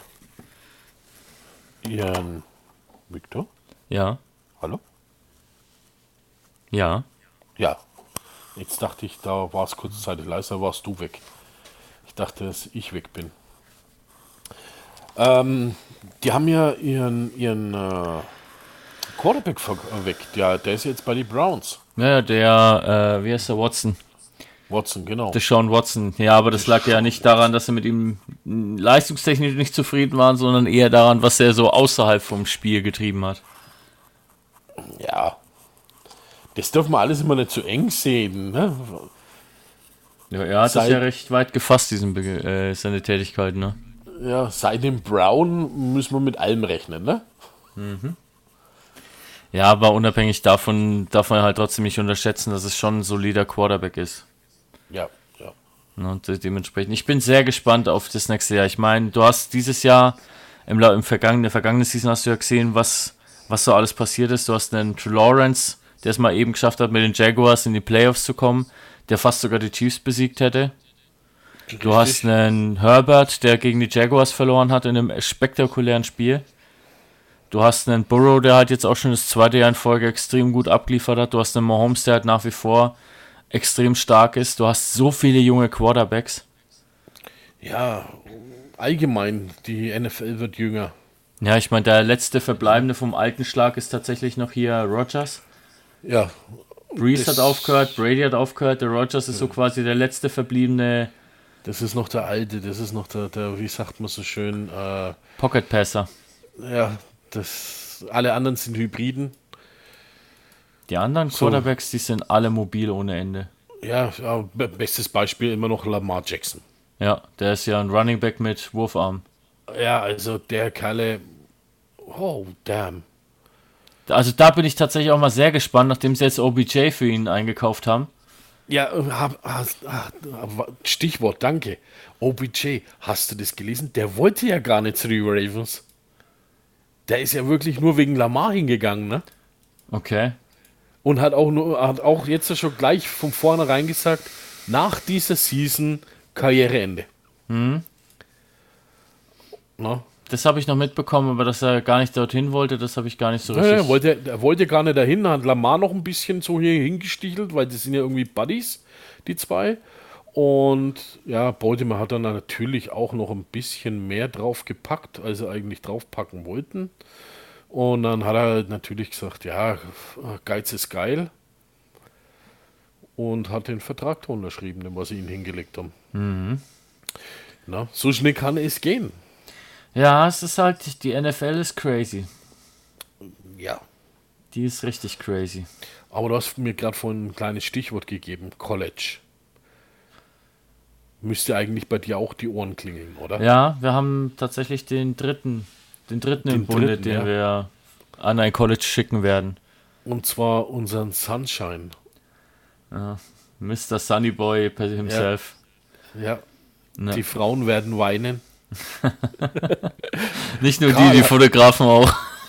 Speaker 3: ihren Victor?
Speaker 2: Ja,
Speaker 3: Hallo?
Speaker 2: ja.
Speaker 3: Ja. Jetzt dachte ich, da war es kurzzeitig leiser, warst du weg. Ich dachte, dass ich weg bin. Ähm, die haben ja ihren, ihren äh, Quarterback ver- weg. Der, der ist jetzt bei den Browns.
Speaker 2: Ja, der, äh, wie heißt der, Watson?
Speaker 3: Watson, genau.
Speaker 2: Deshaun Watson. Ja, aber das lag ja nicht daran, dass sie mit ihm mh, leistungstechnisch nicht zufrieden waren, sondern eher daran, was er so außerhalb vom Spiel getrieben hat.
Speaker 3: Ja. Das dürfen wir alles immer nicht zu eng sehen. Ne?
Speaker 2: Ja, er hat das
Speaker 3: Seit-
Speaker 2: ja recht weit gefasst, diesen Be äh, seine Tätigkeit, ne?
Speaker 3: Ja, seit dem Brown müssen wir mit allem rechnen, ne?
Speaker 2: Ja, aber unabhängig davon darf man halt trotzdem nicht unterschätzen, dass es schon ein solider Quarterback ist.
Speaker 3: Ja, ja.
Speaker 2: Ne, und de- dementsprechend, ich bin sehr gespannt auf das nächste Jahr. Ich meine, du hast dieses Jahr, im, Lau- im vergangenen, der vergangenen Season hast du ja gesehen, was, was so alles passiert ist. Du hast einen Trey Lawrence, der es mal eben geschafft hat, mit den Jaguars in die Playoffs zu kommen, der fast sogar die Chiefs besiegt hätte. Du hast einen Herbert, der gegen die Jaguars verloren hat in einem spektakulären Spiel. Du hast einen Burrow, der halt jetzt auch schon das zweite Jahr in Folge extrem gut abgeliefert hat. Du hast einen Mahomes, der halt nach wie vor extrem stark ist. Du hast so viele junge Quarterbacks.
Speaker 3: Ja, allgemein, die N F L wird jünger.
Speaker 2: Ja, ich meine, der letzte Verbleibende vom alten Schlag ist tatsächlich noch hier Rodgers.
Speaker 3: Ja.
Speaker 2: Breeze
Speaker 3: Das-
Speaker 2: hat aufgehört, Brady hat aufgehört, der Rodgers ist so quasi der letzte verbliebene
Speaker 3: Das ist noch der alte, das ist noch der, der wie sagt man so schön, äh,
Speaker 2: Pocket Passer.
Speaker 3: ja, das, alle anderen sind Hybriden.
Speaker 2: Die anderen
Speaker 3: So.
Speaker 2: Quarterbacks, die sind alle mobil ohne Ende.
Speaker 3: Ja, ja, be- bestes Beispiel immer noch Lamar Jackson.
Speaker 2: Ja, der ist ja ein Running Back mit Wurfarm.
Speaker 3: Ja, also der Kerle, oh, damn.
Speaker 2: Also da bin ich tatsächlich auch mal sehr gespannt, nachdem sie jetzt O B J für ihn eingekauft haben.
Speaker 3: Ja, äh, hab, hast, ah, Stichwort, danke. O B J, hast du das gelesen? Der wollte ja gar nicht zu den Ravens. der ist ja wirklich nur wegen Lamar hingegangen, ne?
Speaker 2: Okay.
Speaker 3: Und hat auch nur, hat auch jetzt schon gleich von vornherein gesagt, nach dieser Season Karriereende.
Speaker 2: Mhm.
Speaker 3: Na?
Speaker 2: Das habe ich noch mitbekommen, aber dass er gar nicht dorthin wollte, das habe ich gar nicht so richtig.
Speaker 3: Ja, er, wollte, er wollte gar nicht dahin, hat Lamar noch ein bisschen so hier hingestichelt, weil das sind ja irgendwie Buddies, die zwei. Und ja, Baltimore hat dann natürlich auch noch ein bisschen mehr drauf gepackt, als sie eigentlich draufpacken wollten. Und dann hat er halt natürlich gesagt, ja, Geiz ist geil. Und hat den Vertrag unterschrieben, den was sie ihnen hingelegt haben.
Speaker 2: Mhm.
Speaker 3: Na, so schnell kann es gehen.
Speaker 2: Ja, es ist halt, die N F L ist crazy.
Speaker 3: Ja.
Speaker 2: Die ist richtig crazy.
Speaker 3: Aber du hast mir gerade vorhin ein kleines Stichwort gegeben, College. Müsste eigentlich bei dir auch die Ohren klingeln, oder?
Speaker 2: Ja, wir haben tatsächlich den dritten, den dritten
Speaker 3: Den
Speaker 2: im Bunde,
Speaker 3: dritten,
Speaker 2: den
Speaker 3: ja.
Speaker 2: wir an ein College schicken werden.
Speaker 3: Und zwar unseren Sunshine.
Speaker 2: Ja, Mister Sunnyboy per himself.
Speaker 3: Ja,
Speaker 2: Ne.
Speaker 3: die Frauen werden weinen.
Speaker 2: Nicht nur
Speaker 3: Karl
Speaker 2: die, die
Speaker 3: hat-
Speaker 2: Fotografen auch.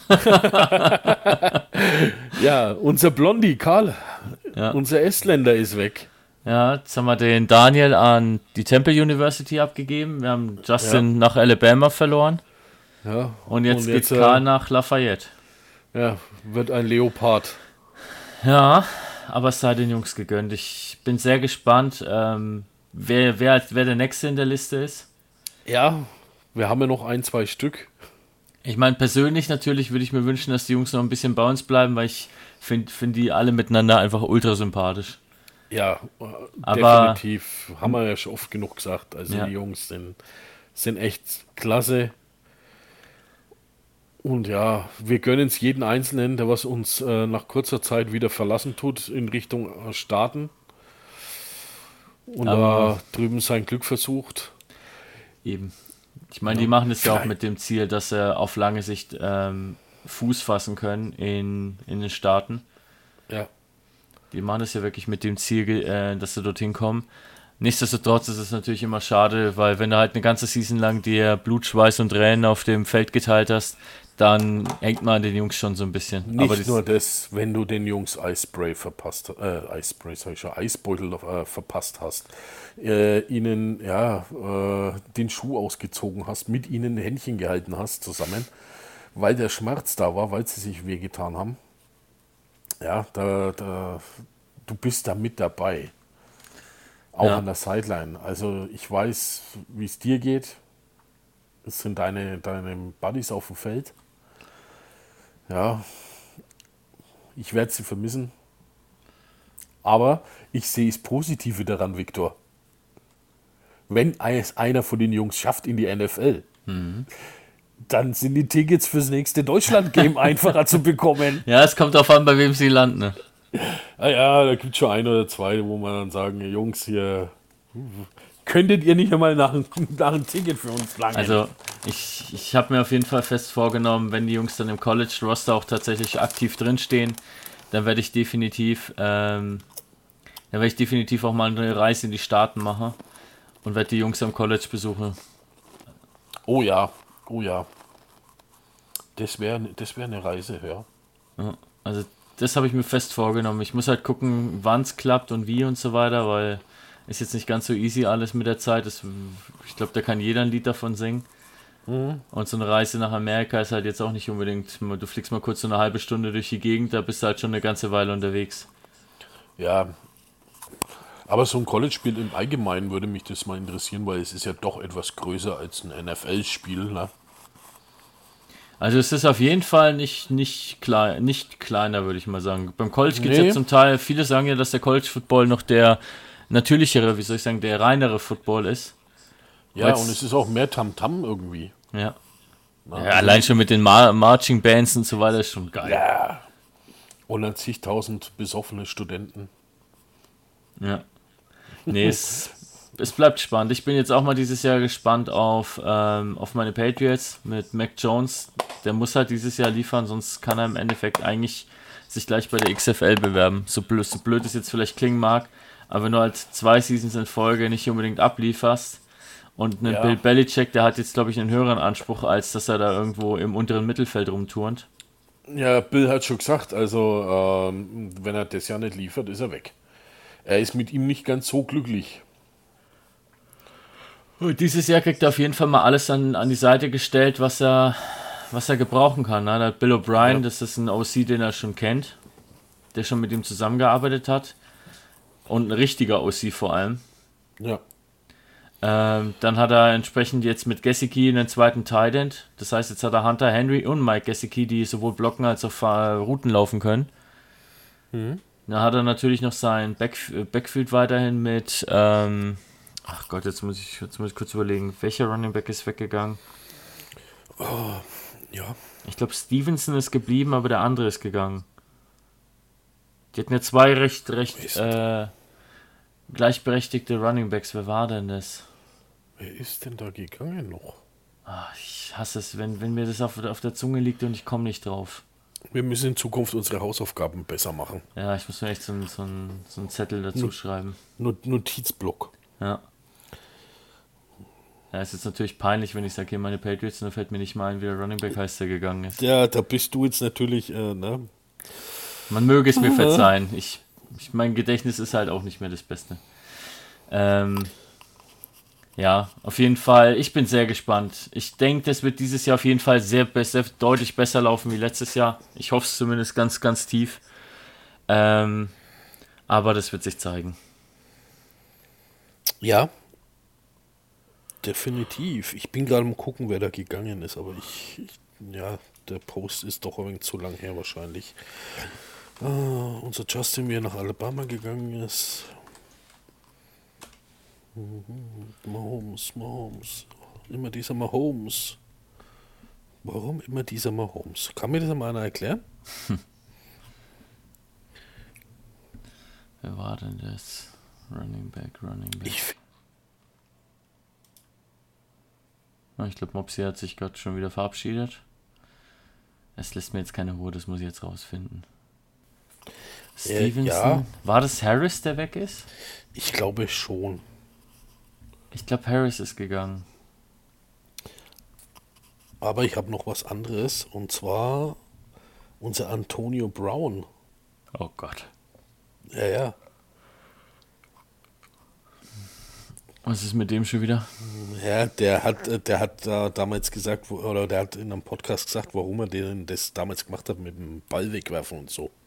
Speaker 3: Ja, unser Blondie, Karl,
Speaker 2: Ja.
Speaker 3: unser Estländer ist weg.
Speaker 2: Ja, jetzt haben wir den Daniel an die Temple University abgegeben. Wir haben Justin nach Alabama verloren.
Speaker 3: Ja,
Speaker 2: Und jetzt, geht
Speaker 3: äh,
Speaker 2: Karl nach Lafayette.
Speaker 3: ja, wird ein Leopard.
Speaker 2: Ja, aber es sei den Jungs gegönnt. Ich bin sehr gespannt, ähm, wer, wer, wer der Nächste in der Liste ist.
Speaker 3: Ja, wir haben ja noch ein, zwei Stück.
Speaker 2: Ich meine, persönlich natürlich würde ich mir wünschen, dass die Jungs noch ein bisschen bei uns bleiben, weil ich finde find die alle miteinander einfach ultra sympathisch.
Speaker 3: Ja, äh,
Speaker 2: Aber-
Speaker 3: definitiv. Haben wir ja schon oft genug gesagt. Also
Speaker 2: Ja.
Speaker 3: die Jungs sind, sind echt klasse. Und ja, wir gönnen es jeden Einzelnen, der was uns äh, nach kurzer Zeit wieder verlassen tut, in Richtung äh, Staaten. Und
Speaker 2: Aber-
Speaker 3: da drüben sein Glück versucht.
Speaker 2: Eben. Ich meine, die machen das ja auch
Speaker 3: Vielleicht-
Speaker 2: mit dem Ziel, dass sie auf lange Sicht ähm, Fuß fassen können in, in den Staaten.
Speaker 3: Ja,
Speaker 2: Die machen das ja wirklich mit dem Ziel, äh, dass sie dorthin kommen. Nichtsdestotrotz ist es natürlich immer schade, weil wenn du halt eine ganze Season lang dir Blut, Schweiß und Tränen auf dem Feld geteilt hast, dann hängt man an den Jungs schon so ein bisschen.
Speaker 3: nicht
Speaker 2: Aber das,
Speaker 3: nur das, wenn du den Jungs Eispray verpasst, äh, Eispray, sag ich schon, Eisbeutel äh, verpasst hast, äh, ihnen ja äh, den Schuh ausgezogen hast, mit ihnen Händchen gehalten hast zusammen, weil der Schmerz da war, weil sie sich wehgetan haben. Ja, da, da, du bist da mit dabei. Auch
Speaker 2: Ja.
Speaker 3: an der Sideline. Also ich weiß, wie es dir geht. Es sind deine, deine Buddies auf dem Feld. Ja, ich werde sie vermissen. Aber ich sehe das Positive daran, Viktor. Wenn es einer von den Jungs schafft in die N F L, dann sind die Tickets fürs nächste Deutschland-Game einfacher zu bekommen.
Speaker 2: ja, es kommt darauf an, bei wem sie landen. Ne?
Speaker 3: Ah ja, da gibt es schon ein oder zwei, wo man dann sagen, Jungs, hier könntet ihr nicht einmal nach, ein- nach ein Ticket für uns langen?
Speaker 2: Also ich, ich habe mir auf jeden Fall fest vorgenommen, wenn die Jungs dann im College-Roster auch tatsächlich aktiv drinstehen, dann werde ich definitiv, ähm, dann werde ich definitiv auch mal eine Reise in die Staaten machen und werde die Jungs am College besuchen.
Speaker 3: oh ja, oh ja. Das wäre das wär eine Reise, ja.
Speaker 2: Ja, also das habe ich mir fest vorgenommen. Ich muss halt gucken, wann es klappt und wie und so weiter, weil ist jetzt nicht ganz so easy alles mit der Zeit. Das, ich glaube, da kann jeder ein Lied davon singen. Und so eine Reise nach Amerika ist halt jetzt auch nicht unbedingt, du fliegst mal kurz so eine halbe Stunde durch die Gegend, da bist du halt schon eine ganze Weile unterwegs.
Speaker 3: Ja, aber so ein College-Spiel im Allgemeinen würde mich das mal interessieren, weil es ist ja doch etwas größer als ein N F L-Spiel. Ne?
Speaker 2: Also es ist auf jeden Fall nicht, nicht, klein, nicht kleiner, würde ich mal sagen. Beim College geht es
Speaker 3: Nee.
Speaker 2: ja zum Teil, viele sagen ja, dass der College-Football noch der natürlichere, wie soll ich sagen, der reinere Football ist.
Speaker 3: Ja,
Speaker 2: Weil's-
Speaker 3: und es ist auch mehr Tamtam irgendwie.
Speaker 2: Ja.
Speaker 3: Na,
Speaker 2: Ja, allein schon mit den Mar Marching Bands und so weiter ist schon geil.
Speaker 3: Ja. Und dann zigtausend besoffene Studenten.
Speaker 2: Ja. Nee, es, es bleibt spannend. Ich bin jetzt auch mal dieses Jahr gespannt auf, ähm, auf meine Patriots mit Mac Jones. Der muss halt dieses Jahr liefern, sonst kann er im Endeffekt eigentlich sich gleich bei der X F L bewerben. So blöd, so blöd es jetzt vielleicht klingen mag, aber wenn du halt zwei Seasons in Folge nicht unbedingt ablieferst Und ein
Speaker 3: Ja.
Speaker 2: Bill Belichick, der hat jetzt, glaube ich, einen höheren Anspruch, als dass er da irgendwo im unteren Mittelfeld rumturnt.
Speaker 3: Ja, Bill hat schon gesagt, also ähm, wenn er das Jahr nicht liefert, ist er weg. Er ist mit ihm nicht ganz so glücklich.
Speaker 2: Und dieses Jahr kriegt er auf jeden Fall mal alles an, an die Seite gestellt, was er, was er gebrauchen kann. Ne? Da hat Bill O'Brien,
Speaker 3: Ja.
Speaker 2: das ist ein O C, den er schon kennt, der schon mit ihm zusammengearbeitet hat. Und ein richtiger O C vor allem.
Speaker 3: Ja.
Speaker 2: Ähm, dann hat er entsprechend jetzt mit Gesicki einen zweiten Tight End. Das heißt, jetzt hat er Hunter Henry und Mike Gesicki, die sowohl blocken als auch äh, Routen laufen können.
Speaker 3: Mhm.
Speaker 2: Dann hat er natürlich noch sein Back, Backfield weiterhin mit, ähm, ach Gott, jetzt muss ich jetzt muss ich kurz überlegen, welcher Running Back ist weggegangen?
Speaker 3: Ja.
Speaker 2: Ich glaube, Stevenson ist geblieben, aber der andere ist gegangen. Die hatten ja zwei recht, recht äh, gleichberechtigte Running Backs. Wer war denn das?
Speaker 3: Wer ist denn da gegangen noch?
Speaker 2: Ah, ich hasse es, wenn, wenn mir das auf, auf der Zunge liegt und ich komme nicht drauf.
Speaker 3: Wir müssen in Zukunft unsere Hausaufgaben besser machen.
Speaker 2: Ja, ich muss mir echt so, einen- so, einen- so einen Zettel dazu schreiben.
Speaker 3: Not- Notizblock.
Speaker 2: Ja. Ja, ist jetzt natürlich peinlich, wenn ich sage, hier meine Patriots, und dann fällt mir nicht mal ein, wie der Running Back heißt, der gegangen ist.
Speaker 3: Ja, da bist du jetzt natürlich, äh, ne?
Speaker 2: Man möge es mir verzeihen. Ich, ich, mein Gedächtnis ist halt auch nicht mehr das Beste. Ähm, ja, auf jeden Fall. Ich bin sehr gespannt. Ich denke, das wird dieses Jahr auf jeden Fall sehr, sehr deutlich besser laufen wie letztes Jahr. Ich hoffe es zumindest ganz, ganz tief. Ähm, aber das wird sich zeigen.
Speaker 3: Ja. Definitiv. Ich bin gerade mal gucken, wer da gegangen ist, aber ich, ich ja, der Post ist doch ein wenig zu lang her wahrscheinlich. Ah, unser Justin, wie er nach Alabama gegangen ist. Mhm. Mahomes, Mahomes. Immer dieser Mahomes. Warum immer dieser Mahomes? Kann mir das mal einer erklären?
Speaker 2: Wer war denn das? Running Back, Running Back.
Speaker 3: Ich
Speaker 2: Ah, Ich glaube, Mopsy hat sich gerade schon wieder verabschiedet. Es lässt mir jetzt keine Ruhe, das muss ich jetzt rausfinden.
Speaker 3: Äh,
Speaker 2: Stevenson?
Speaker 3: ja.
Speaker 2: War das Harris, der weg ist?
Speaker 3: Ich glaube schon.
Speaker 2: Ich glaube, Harris ist gegangen.
Speaker 3: Aber ich habe noch was anderes, und zwar unser Antonio Brown.
Speaker 2: Oh Gott.
Speaker 3: Ja, ja.
Speaker 2: Was ist mit dem schon wieder?
Speaker 3: Ja, der hat, der hat äh, damals gesagt, wo, oder der hat in einem Podcast gesagt, warum er den das damals gemacht hat mit dem Ball wegwerfen und so.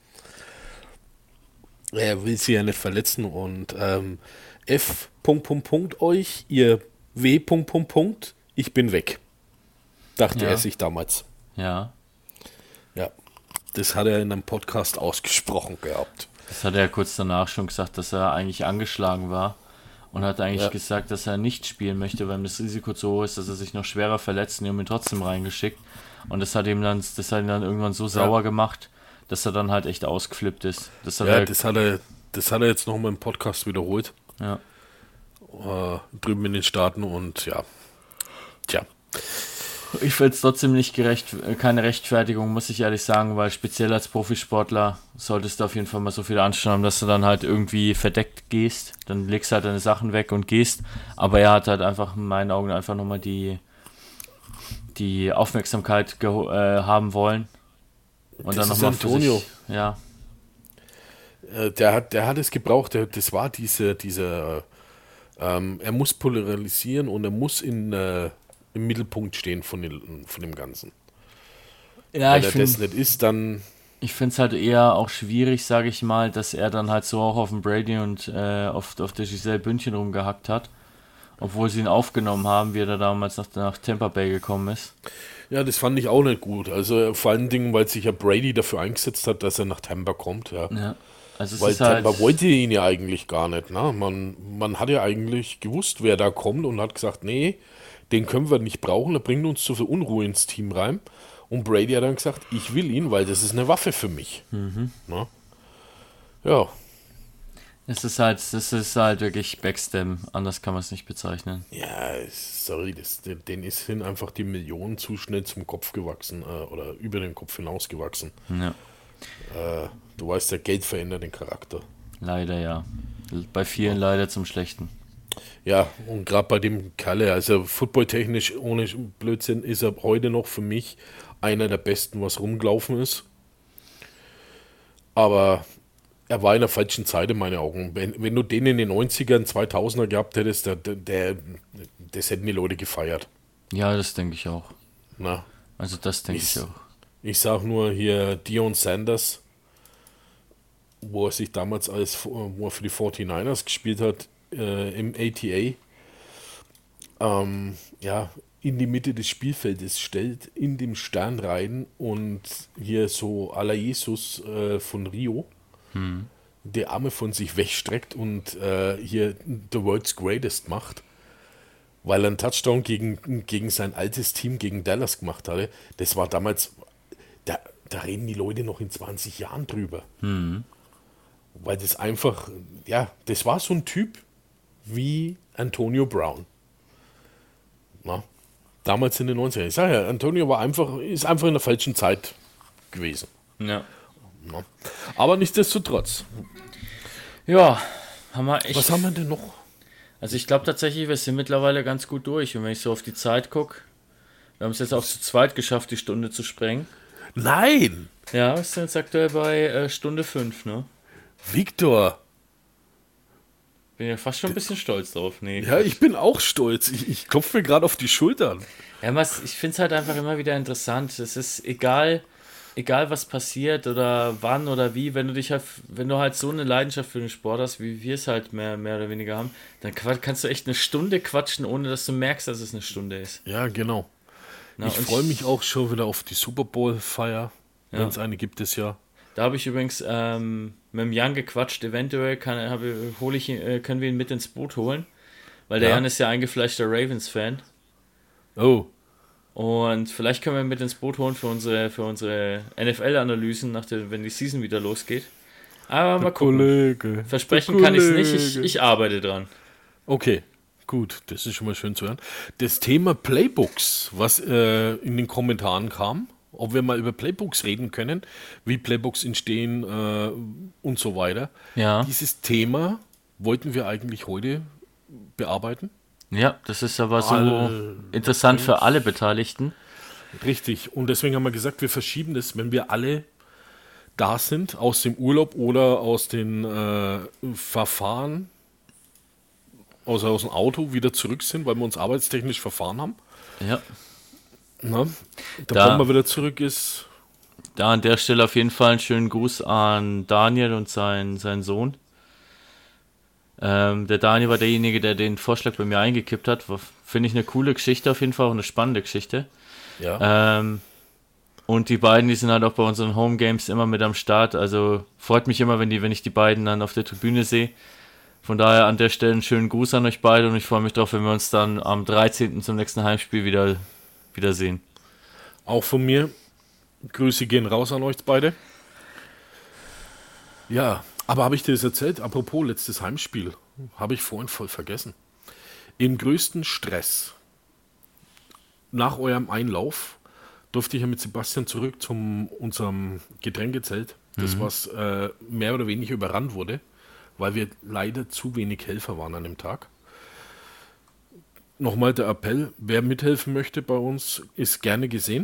Speaker 3: Er will sie ja nicht verletzen und ähm, F. Punkt, Punkt, Punkt euch, ihr W. Punkt, Punkt, Punkt, ich bin weg. Dachte
Speaker 2: Ja.
Speaker 3: er sich damals.
Speaker 2: Ja,
Speaker 3: Ja, das hat er in einem Podcast ausgesprochen gehabt.
Speaker 2: das hat er kurz danach schon gesagt, dass er eigentlich angeschlagen war. Und hat eigentlich
Speaker 3: Ja.
Speaker 2: gesagt, dass er nicht spielen möchte, weil ihm das Risiko zu hoch ist, dass er sich noch schwerer verletzt, und die haben ihn trotzdem reingeschickt. Und das hat ihm dann, das hat ihn dann irgendwann so sauer gemacht, dass er dann halt echt ausgeflippt ist. Das hat
Speaker 3: Ja,
Speaker 2: er,
Speaker 3: das hat er, das hat er jetzt nochmal im Podcast wiederholt.
Speaker 2: ja.
Speaker 3: Äh, drüben in den Staaten und ja. Tja.
Speaker 2: Ich finde es trotzdem nicht gerecht, keine Rechtfertigung, muss ich ehrlich sagen, weil speziell als Profisportler solltest du auf jeden Fall mal so viel Anstand haben, dass du dann halt irgendwie verdeckt gehst. Dann legst du halt deine Sachen weg und gehst. Aber er hat halt einfach in meinen Augen einfach nochmal die, die Aufmerksamkeit geho- äh, haben wollen. Und
Speaker 3: Das
Speaker 2: dann
Speaker 3: ist
Speaker 2: nochmal für
Speaker 3: Antonio.
Speaker 2: sich, ja,
Speaker 3: Äh, Der hat, der hat es gebraucht. Der, das war diese, diese ähm, er muss polarisieren und er muss in, äh, im Mittelpunkt stehen von, den, von dem Ganzen.
Speaker 2: ja
Speaker 3: Wenn
Speaker 2: ich
Speaker 3: er
Speaker 2: finde
Speaker 3: das nicht ist, dann
Speaker 2: Ich finde es halt eher auch schwierig, sage ich mal, dass er dann halt so auch auf den Brady und äh, auf, auf der Giselle Bündchen rumgehackt hat. Obwohl sie ihn aufgenommen haben, wie er da damals nach, nach Tampa Bay gekommen ist.
Speaker 3: ja, das fand ich auch nicht gut. Also äh, vor allen Dingen, weil sich ja Brady dafür eingesetzt hat, dass er nach Tampa kommt. Ja.
Speaker 2: Ja. Also es
Speaker 3: Weil
Speaker 2: ist halt,
Speaker 3: Tampa wollte ihn ja eigentlich gar nicht. Ne? Man, man hat ja eigentlich gewusst, wer da kommt und hat gesagt, nee, den können wir nicht brauchen, der bringt uns zu viel Unruhe ins Team rein. Und Brady hat dann gesagt, ich will ihn, weil das ist eine Waffe für mich.
Speaker 2: Mhm.
Speaker 3: Ne? Ja,
Speaker 2: es ist halt, das ist halt wirklich Backstab, anders kann man es nicht bezeichnen.
Speaker 3: ja, sorry, das, den ist hin einfach die Millionen zu schnell zum Kopf gewachsen äh, oder über den Kopf hinaus gewachsen.
Speaker 2: Ja,
Speaker 3: Äh, du weißt, der Geld verändert den Charakter.
Speaker 2: leider ja. Bei vielen leider zum Schlechten.
Speaker 3: Ja, und gerade bei dem Kalle, also footballtechnisch ohne Blödsinn, ist er heute noch für mich einer der besten, was rumgelaufen ist. Aber er war in der falschen Zeit in meinen Augen. Wenn, wenn du den in den neunzigern, zweitausender gehabt hättest, der, der, das hätten die Leute gefeiert.
Speaker 2: Ja, das denke ich auch.
Speaker 3: Na,
Speaker 2: Also das denke
Speaker 3: ich,
Speaker 2: ich auch.
Speaker 3: ich sag nur hier Deion Sanders, wo er sich damals als, wo er für die forty-niners gespielt hat, äh, im A T A, ähm, ja, in die Mitte des Spielfeldes stellt, in dem Stern rein und hier so à la Jesus äh, von Rio, hm. die Arme von sich wegstreckt und äh, hier The World's Greatest macht, weil er einen Touchdown gegen, gegen sein altes Team, gegen Dallas gemacht hatte. Das war damals, da, da reden die Leute noch in zwanzig Jahren drüber.
Speaker 2: Hm.
Speaker 3: Weil das einfach, ja, das war so ein Typ wie Antonio Brown. Na, damals in den neunzigern. Ich sage ja, Antonio war einfach, ist einfach in der falschen Zeit gewesen.
Speaker 2: Ja.
Speaker 3: Na. Aber nichtsdestotrotz.
Speaker 2: Ja, haben wir echt.
Speaker 3: Was haben wir denn noch?
Speaker 2: Also ich glaube tatsächlich, wir sind mittlerweile ganz gut durch. Und wenn ich so auf die Zeit gucke, wir haben es jetzt auch zu zweit geschafft, die Stunde zu sprengen.
Speaker 3: Nein!
Speaker 2: Ja, wir sind jetzt aktuell bei äh, Stunde fünf, ne?
Speaker 3: Victor!
Speaker 2: Bin ja fast schon ein bisschen stolz drauf. Nee,
Speaker 3: ja, ich bin auch stolz. Ich, ich klopfe mir gerade auf die Schultern.
Speaker 2: Ja, was, ich finde es halt einfach immer wieder interessant. Es ist egal, egal was passiert oder wann oder wie, wenn du dich halt, wenn du halt so eine Leidenschaft für den Sport hast, wie wir es halt mehr, mehr oder weniger haben, dann kannst du echt eine Stunde quatschen, ohne dass du merkst, dass es eine Stunde ist.
Speaker 3: Ja, genau. Na, ich freue mich auch schon wieder auf die Super Bowl-Feier, wenn es ja. eine gibt es ja.
Speaker 2: Da habe ich übrigens ähm, mit dem Jan gequatscht, eventuell kann, hab, hol ich, äh, können wir ihn mit ins Boot holen, weil der ja. Jan ist ja eingefleischter Ravens-Fan.
Speaker 3: Oh.
Speaker 2: Und vielleicht können wir ihn mit ins Boot holen für unsere, für unsere N F L-Analysen, nach der, wenn die Season wieder losgeht. Aber der mal gucken. Kollege, Versprechen kann ich es nicht, ich, ich arbeite dran.
Speaker 3: Okay, gut, das ist schon mal schön zu hören. Das Thema Playbooks, was äh, in den Kommentaren kam, ob wir mal über Playbooks reden können, wie Playbooks entstehen äh, und so weiter.
Speaker 2: Ja.
Speaker 3: Dieses Thema wollten wir eigentlich heute bearbeiten.
Speaker 2: Ja, das ist aber so All interessant für alle Beteiligten.
Speaker 3: Richtig, und deswegen haben wir gesagt, wir verschieben das, wenn wir alle da sind, aus dem Urlaub oder aus den äh, Verfahren, also aus dem Auto wieder zurück sind, weil wir uns arbeitstechnisch verfahren haben.
Speaker 2: Ja.
Speaker 3: Na, der da, Bomber wieder zurück ist.
Speaker 2: Da an der Stelle auf jeden Fall einen schönen Gruß an Daniel und sein, seinen Sohn. Ähm, der Daniel war derjenige, der den Vorschlag bei mir eingekippt hat. Finde ich eine coole Geschichte auf jeden Fall, auch eine spannende Geschichte.
Speaker 3: Ja.
Speaker 2: Ähm, und die beiden, die sind halt auch bei unseren Home Games immer mit am Start. Also freut mich immer, wenn, die, wenn ich die beiden dann auf der Tribüne sehe. Von daher an der Stelle einen schönen Gruß an euch beide und ich freue mich drauf, wenn wir uns dann am dreizehnten zum nächsten Heimspiel wieder wiedersehen.
Speaker 3: Auch von mir. Grüße gehen raus an euch beide. Ja, aber habe ich dir das erzählt? Apropos letztes Heimspiel. Habe ich vorhin voll vergessen. Im größten Stress nach eurem Einlauf durfte ich ja mit Sebastian zurück zu unserem Getränkezelt, das mhm. was äh, mehr oder weniger überrannt wurde, weil wir leider zu wenig Helfer waren an dem Tag. Nochmal der Appell, wer mithelfen möchte bei uns, ist gerne gesehen.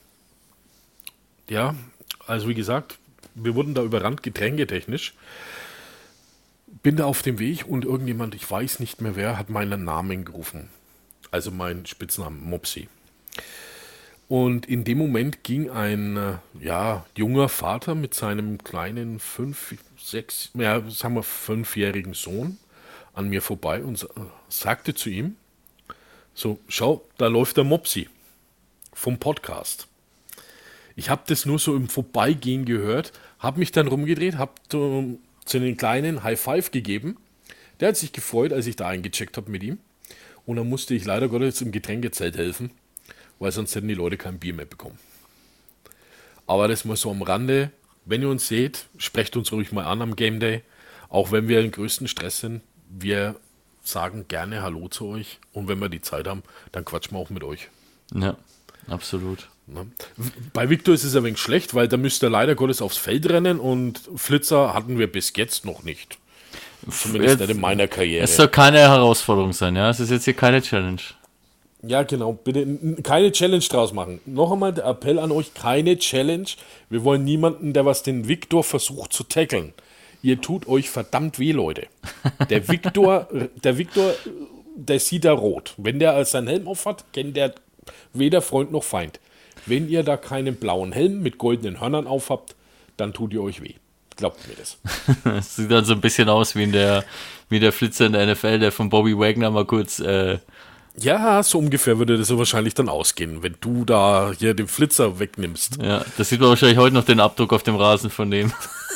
Speaker 3: Ja, also wie gesagt, wir wurden da überrannt, getränketechnisch. Bin da auf dem Weg und irgendjemand, ich weiß nicht mehr wer, hat meinen Namen gerufen. Also meinen Spitznamen, Mopsi. Und in dem Moment ging ein ja, junger Vater mit seinem kleinen fünf, sechs, ja, sagen wir fünfjährigen Sohn an mir vorbei und sagte zu ihm, so, schau, da läuft der Mopsi vom Podcast. Ich habe das nur so im Vorbeigehen gehört, habe mich dann rumgedreht, habe zu, zu den Kleinen High Five gegeben. Der hat sich gefreut, als ich da eingecheckt habe mit ihm. Und dann musste ich leider Gottes im Getränkezelt helfen, weil sonst hätten die Leute kein Bier mehr bekommen. Aber das mal so am Rande. Wenn ihr uns seht, sprecht uns ruhig mal an am Game Day. Auch wenn wir im größten Stress sind, wir sagen gerne Hallo zu euch. Und wenn wir die Zeit haben, dann quatschen wir auch mit euch.
Speaker 2: Ja, absolut.
Speaker 3: Bei Victor ist es ein wenig schlecht, weil da müsste er leider Gottes aufs Feld rennen und Flitzer hatten wir bis jetzt noch nicht. Zumindest nicht in meiner Karriere.
Speaker 2: Es soll keine Herausforderung sein, ja. Es ist jetzt hier keine Challenge.
Speaker 3: Ja, genau. Bitte n- keine Challenge draus machen. Noch einmal der Appell an euch, keine Challenge. Wir wollen niemanden, der was den Viktor versucht zu tackeln. Ihr tut euch verdammt weh, Leute. Der Viktor, der Viktor, der sieht da rot. Wenn der seinen Helm auf hat, kennt der weder Freund noch Feind. Wenn ihr da keinen blauen Helm mit goldenen Hörnern auf habt, dann tut ihr euch weh. Glaubt mir das.
Speaker 2: Es sieht dann so ein bisschen aus wie in der, wie der Flitzer in der N F L, der von Bobby Wagner mal kurz... Äh
Speaker 3: Ja, so ungefähr würde das so wahrscheinlich dann ausgehen, wenn du da hier den Flitzer wegnimmst.
Speaker 2: Ja, das sieht man wahrscheinlich heute noch den Abdruck auf dem Rasen von dem.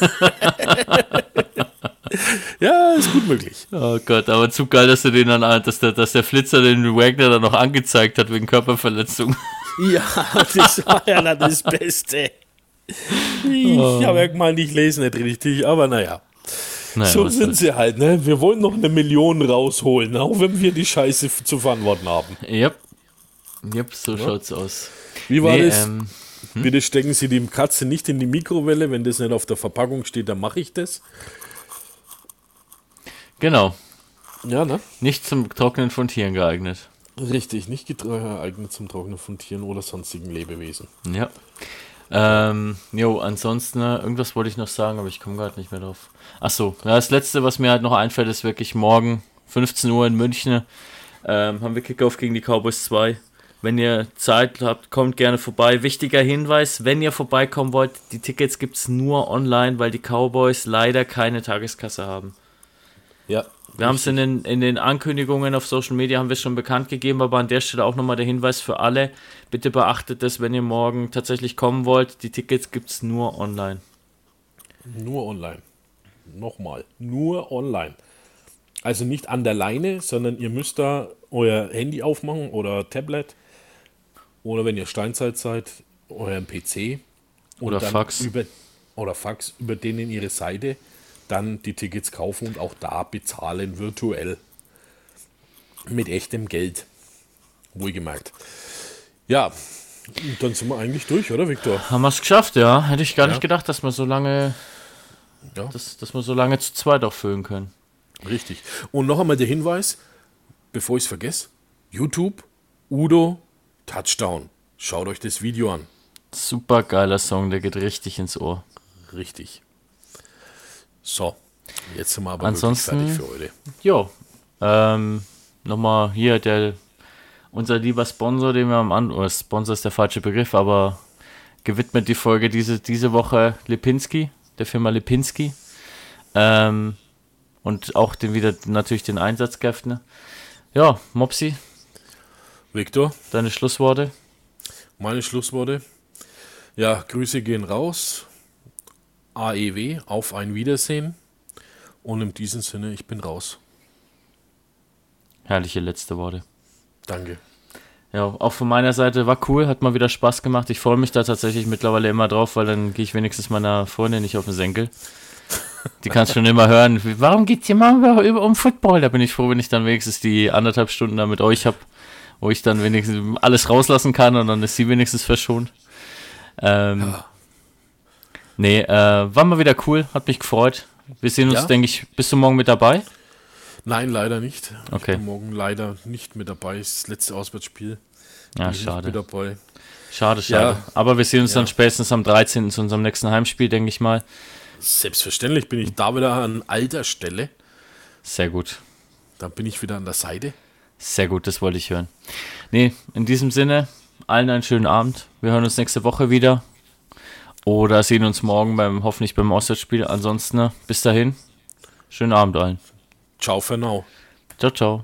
Speaker 3: Ja, ist gut möglich.
Speaker 2: Oh Gott, aber zu geil, dass du den dann, dass der, dass der Flitzer den Wagner dann noch angezeigt hat wegen Körperverletzung.
Speaker 3: Ja, das war ja dann das Beste. Ich oh. habe ja mal nicht lesen, nicht richtig, aber naja. Naja, so sind halt. sie halt, ne? Wir wollen noch eine Million rausholen, auch wenn wir die Scheiße f- zu verantworten haben.
Speaker 2: Yep. Yep, so ja. schaut's aus.
Speaker 3: Wie war
Speaker 2: nee,
Speaker 3: das?
Speaker 2: Ähm, hm?
Speaker 3: Bitte stecken Sie die Katze nicht in die Mikrowelle, wenn das nicht auf der Verpackung steht, dann mache ich das.
Speaker 2: Genau.
Speaker 3: Ja, ne?
Speaker 2: Nicht zum Trocknen von Tieren geeignet.
Speaker 3: Richtig, nicht geeignet zum Trocknen von Tieren oder sonstigen Lebewesen.
Speaker 2: Ja. Ähm, jo, ansonsten, irgendwas wollte ich noch sagen, aber ich komme gerade nicht mehr drauf. Achso, ja, das Letzte, was mir halt noch einfällt, ist wirklich morgen, fünfzehn Uhr in München, ähm, haben wir Kickoff gegen die Cowboys zwei. Wenn ihr Zeit habt, kommt gerne vorbei. Wichtiger Hinweis, wenn ihr vorbeikommen wollt, die Tickets gibt es nur online, weil die Cowboys leider keine Tageskasse haben.
Speaker 3: Ja.
Speaker 2: Wir haben es in den, in den Ankündigungen auf Social Media haben wir schon bekannt gegeben, aber an der Stelle auch nochmal der Hinweis für alle. Bitte beachtet das, wenn ihr morgen tatsächlich kommen wollt. Die Tickets gibt es nur online.
Speaker 3: Nur online. Nochmal. Nur online. Also nicht an der Leine, sondern ihr müsst da euer Handy aufmachen oder Tablet. Oder wenn ihr Steinzeit seid, euren P C.
Speaker 2: Oder Fax.
Speaker 3: Über, oder Fax, über den in ihre Seite. Dann die Tickets kaufen und auch da bezahlen virtuell. Mit echtem Geld. Wohlgemerkt. Ja, und dann sind wir eigentlich durch, oder Viktor?
Speaker 2: Haben wir es geschafft, ja. Hätte ich gar
Speaker 3: ja.
Speaker 2: nicht gedacht, dass wir so lange,
Speaker 3: ja.
Speaker 2: dass, dass wir so lange zu zweit auch füllen können.
Speaker 3: Richtig. Und noch einmal der Hinweis, bevor ich es vergesse, YouTube, Udo, Touchdown. Schaut euch das Video an.
Speaker 2: Super geiler Song, der geht richtig ins Ohr.
Speaker 3: Richtig. So, jetzt sind wir aber
Speaker 2: ansonsten
Speaker 3: wirklich fertig für heute.
Speaker 2: Jo, ähm, nochmal hier der unser lieber Sponsor, den wir am Anfang, oder Sponsor ist der falsche Begriff, aber gewidmet die Folge diese, diese Woche Lipinski, der Firma Lipinski. Ähm, und auch den wieder natürlich den Einsatzkräften. Ja, Mopsi.
Speaker 3: Viktor.
Speaker 2: Deine Schlussworte?
Speaker 3: Meine Schlussworte. Ja, Grüße gehen raus. A E W, auf ein Wiedersehen. Und in diesem Sinne, ich bin raus.
Speaker 2: Herrliche letzte Worte.
Speaker 3: Danke.
Speaker 2: Ja, auch von meiner Seite war cool, hat mal wieder Spaß gemacht. Ich freue mich da tatsächlich mittlerweile immer drauf, weil dann gehe ich wenigstens meiner Freundin nicht auf den Senkel. Die kannst schon immer hören, warum geht's hier mal über, über um Football? Da bin ich froh, wenn ich dann wenigstens die anderthalb Stunden da mit euch habe, wo ich dann wenigstens alles rauslassen kann und dann ist sie wenigstens verschont. Ähm, ja. Nee, äh, war mal wieder cool, hat mich gefreut. Wir sehen uns, ja? denke ich, bist du morgen mit dabei?
Speaker 3: Nein, leider nicht.
Speaker 2: Okay.
Speaker 3: Ich bin morgen leider nicht mit dabei. Das ist das letzte Auswärtsspiel.
Speaker 2: Ja,
Speaker 3: bin
Speaker 2: schade.
Speaker 3: Nicht mit dabei.
Speaker 2: Schade, schade. Ja. Aber wir sehen uns ja. dann spätestens am dreizehnten zu unserem nächsten Heimspiel, denke ich mal.
Speaker 3: Selbstverständlich bin ich da wieder an alter Stelle.
Speaker 2: Sehr gut.
Speaker 3: Da bin ich wieder an der Seite.
Speaker 2: Sehr gut, das wollte ich hören. Nee, in diesem Sinne, allen einen schönen Abend. Wir hören uns nächste Woche wieder. Oder sehen uns morgen beim, hoffentlich beim Auswärtsspiel. Ansonsten, bis dahin, schönen Abend allen.
Speaker 3: Ciao for now.
Speaker 2: Ciao, ciao.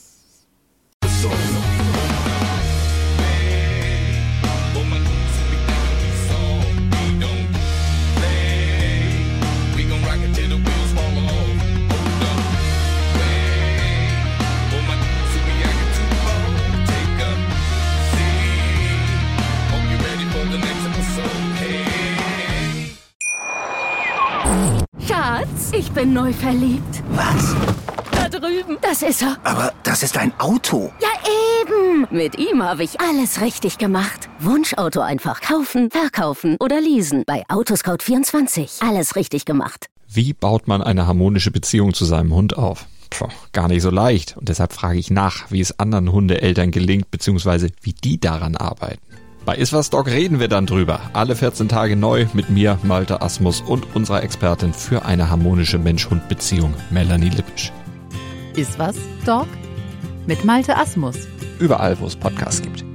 Speaker 4: Schatz, ich bin neu verliebt.
Speaker 5: Was?
Speaker 4: Da drüben. Das ist er.
Speaker 5: Aber das ist ein Auto.
Speaker 4: Ja, eben. Mit ihm habe ich alles richtig gemacht. Wunschauto einfach kaufen, verkaufen oder leasen. Bei Autoscout vierundzwanzig. Alles richtig gemacht.
Speaker 6: Wie baut man eine harmonische Beziehung zu seinem Hund auf? Puh, gar nicht so leicht. Und deshalb frage ich nach, wie es anderen Hundeeltern gelingt, beziehungsweise wie die daran arbeiten. Bei Iswas Dog reden wir dann drüber. Alle vierzehn Tage neu mit mir, Malte Asmus, und unserer Expertin für eine harmonische Mensch-Hund-Beziehung, Melanie Lippisch.
Speaker 7: Iswas Dog mit Malte Asmus.
Speaker 6: Überall, wo es Podcasts gibt.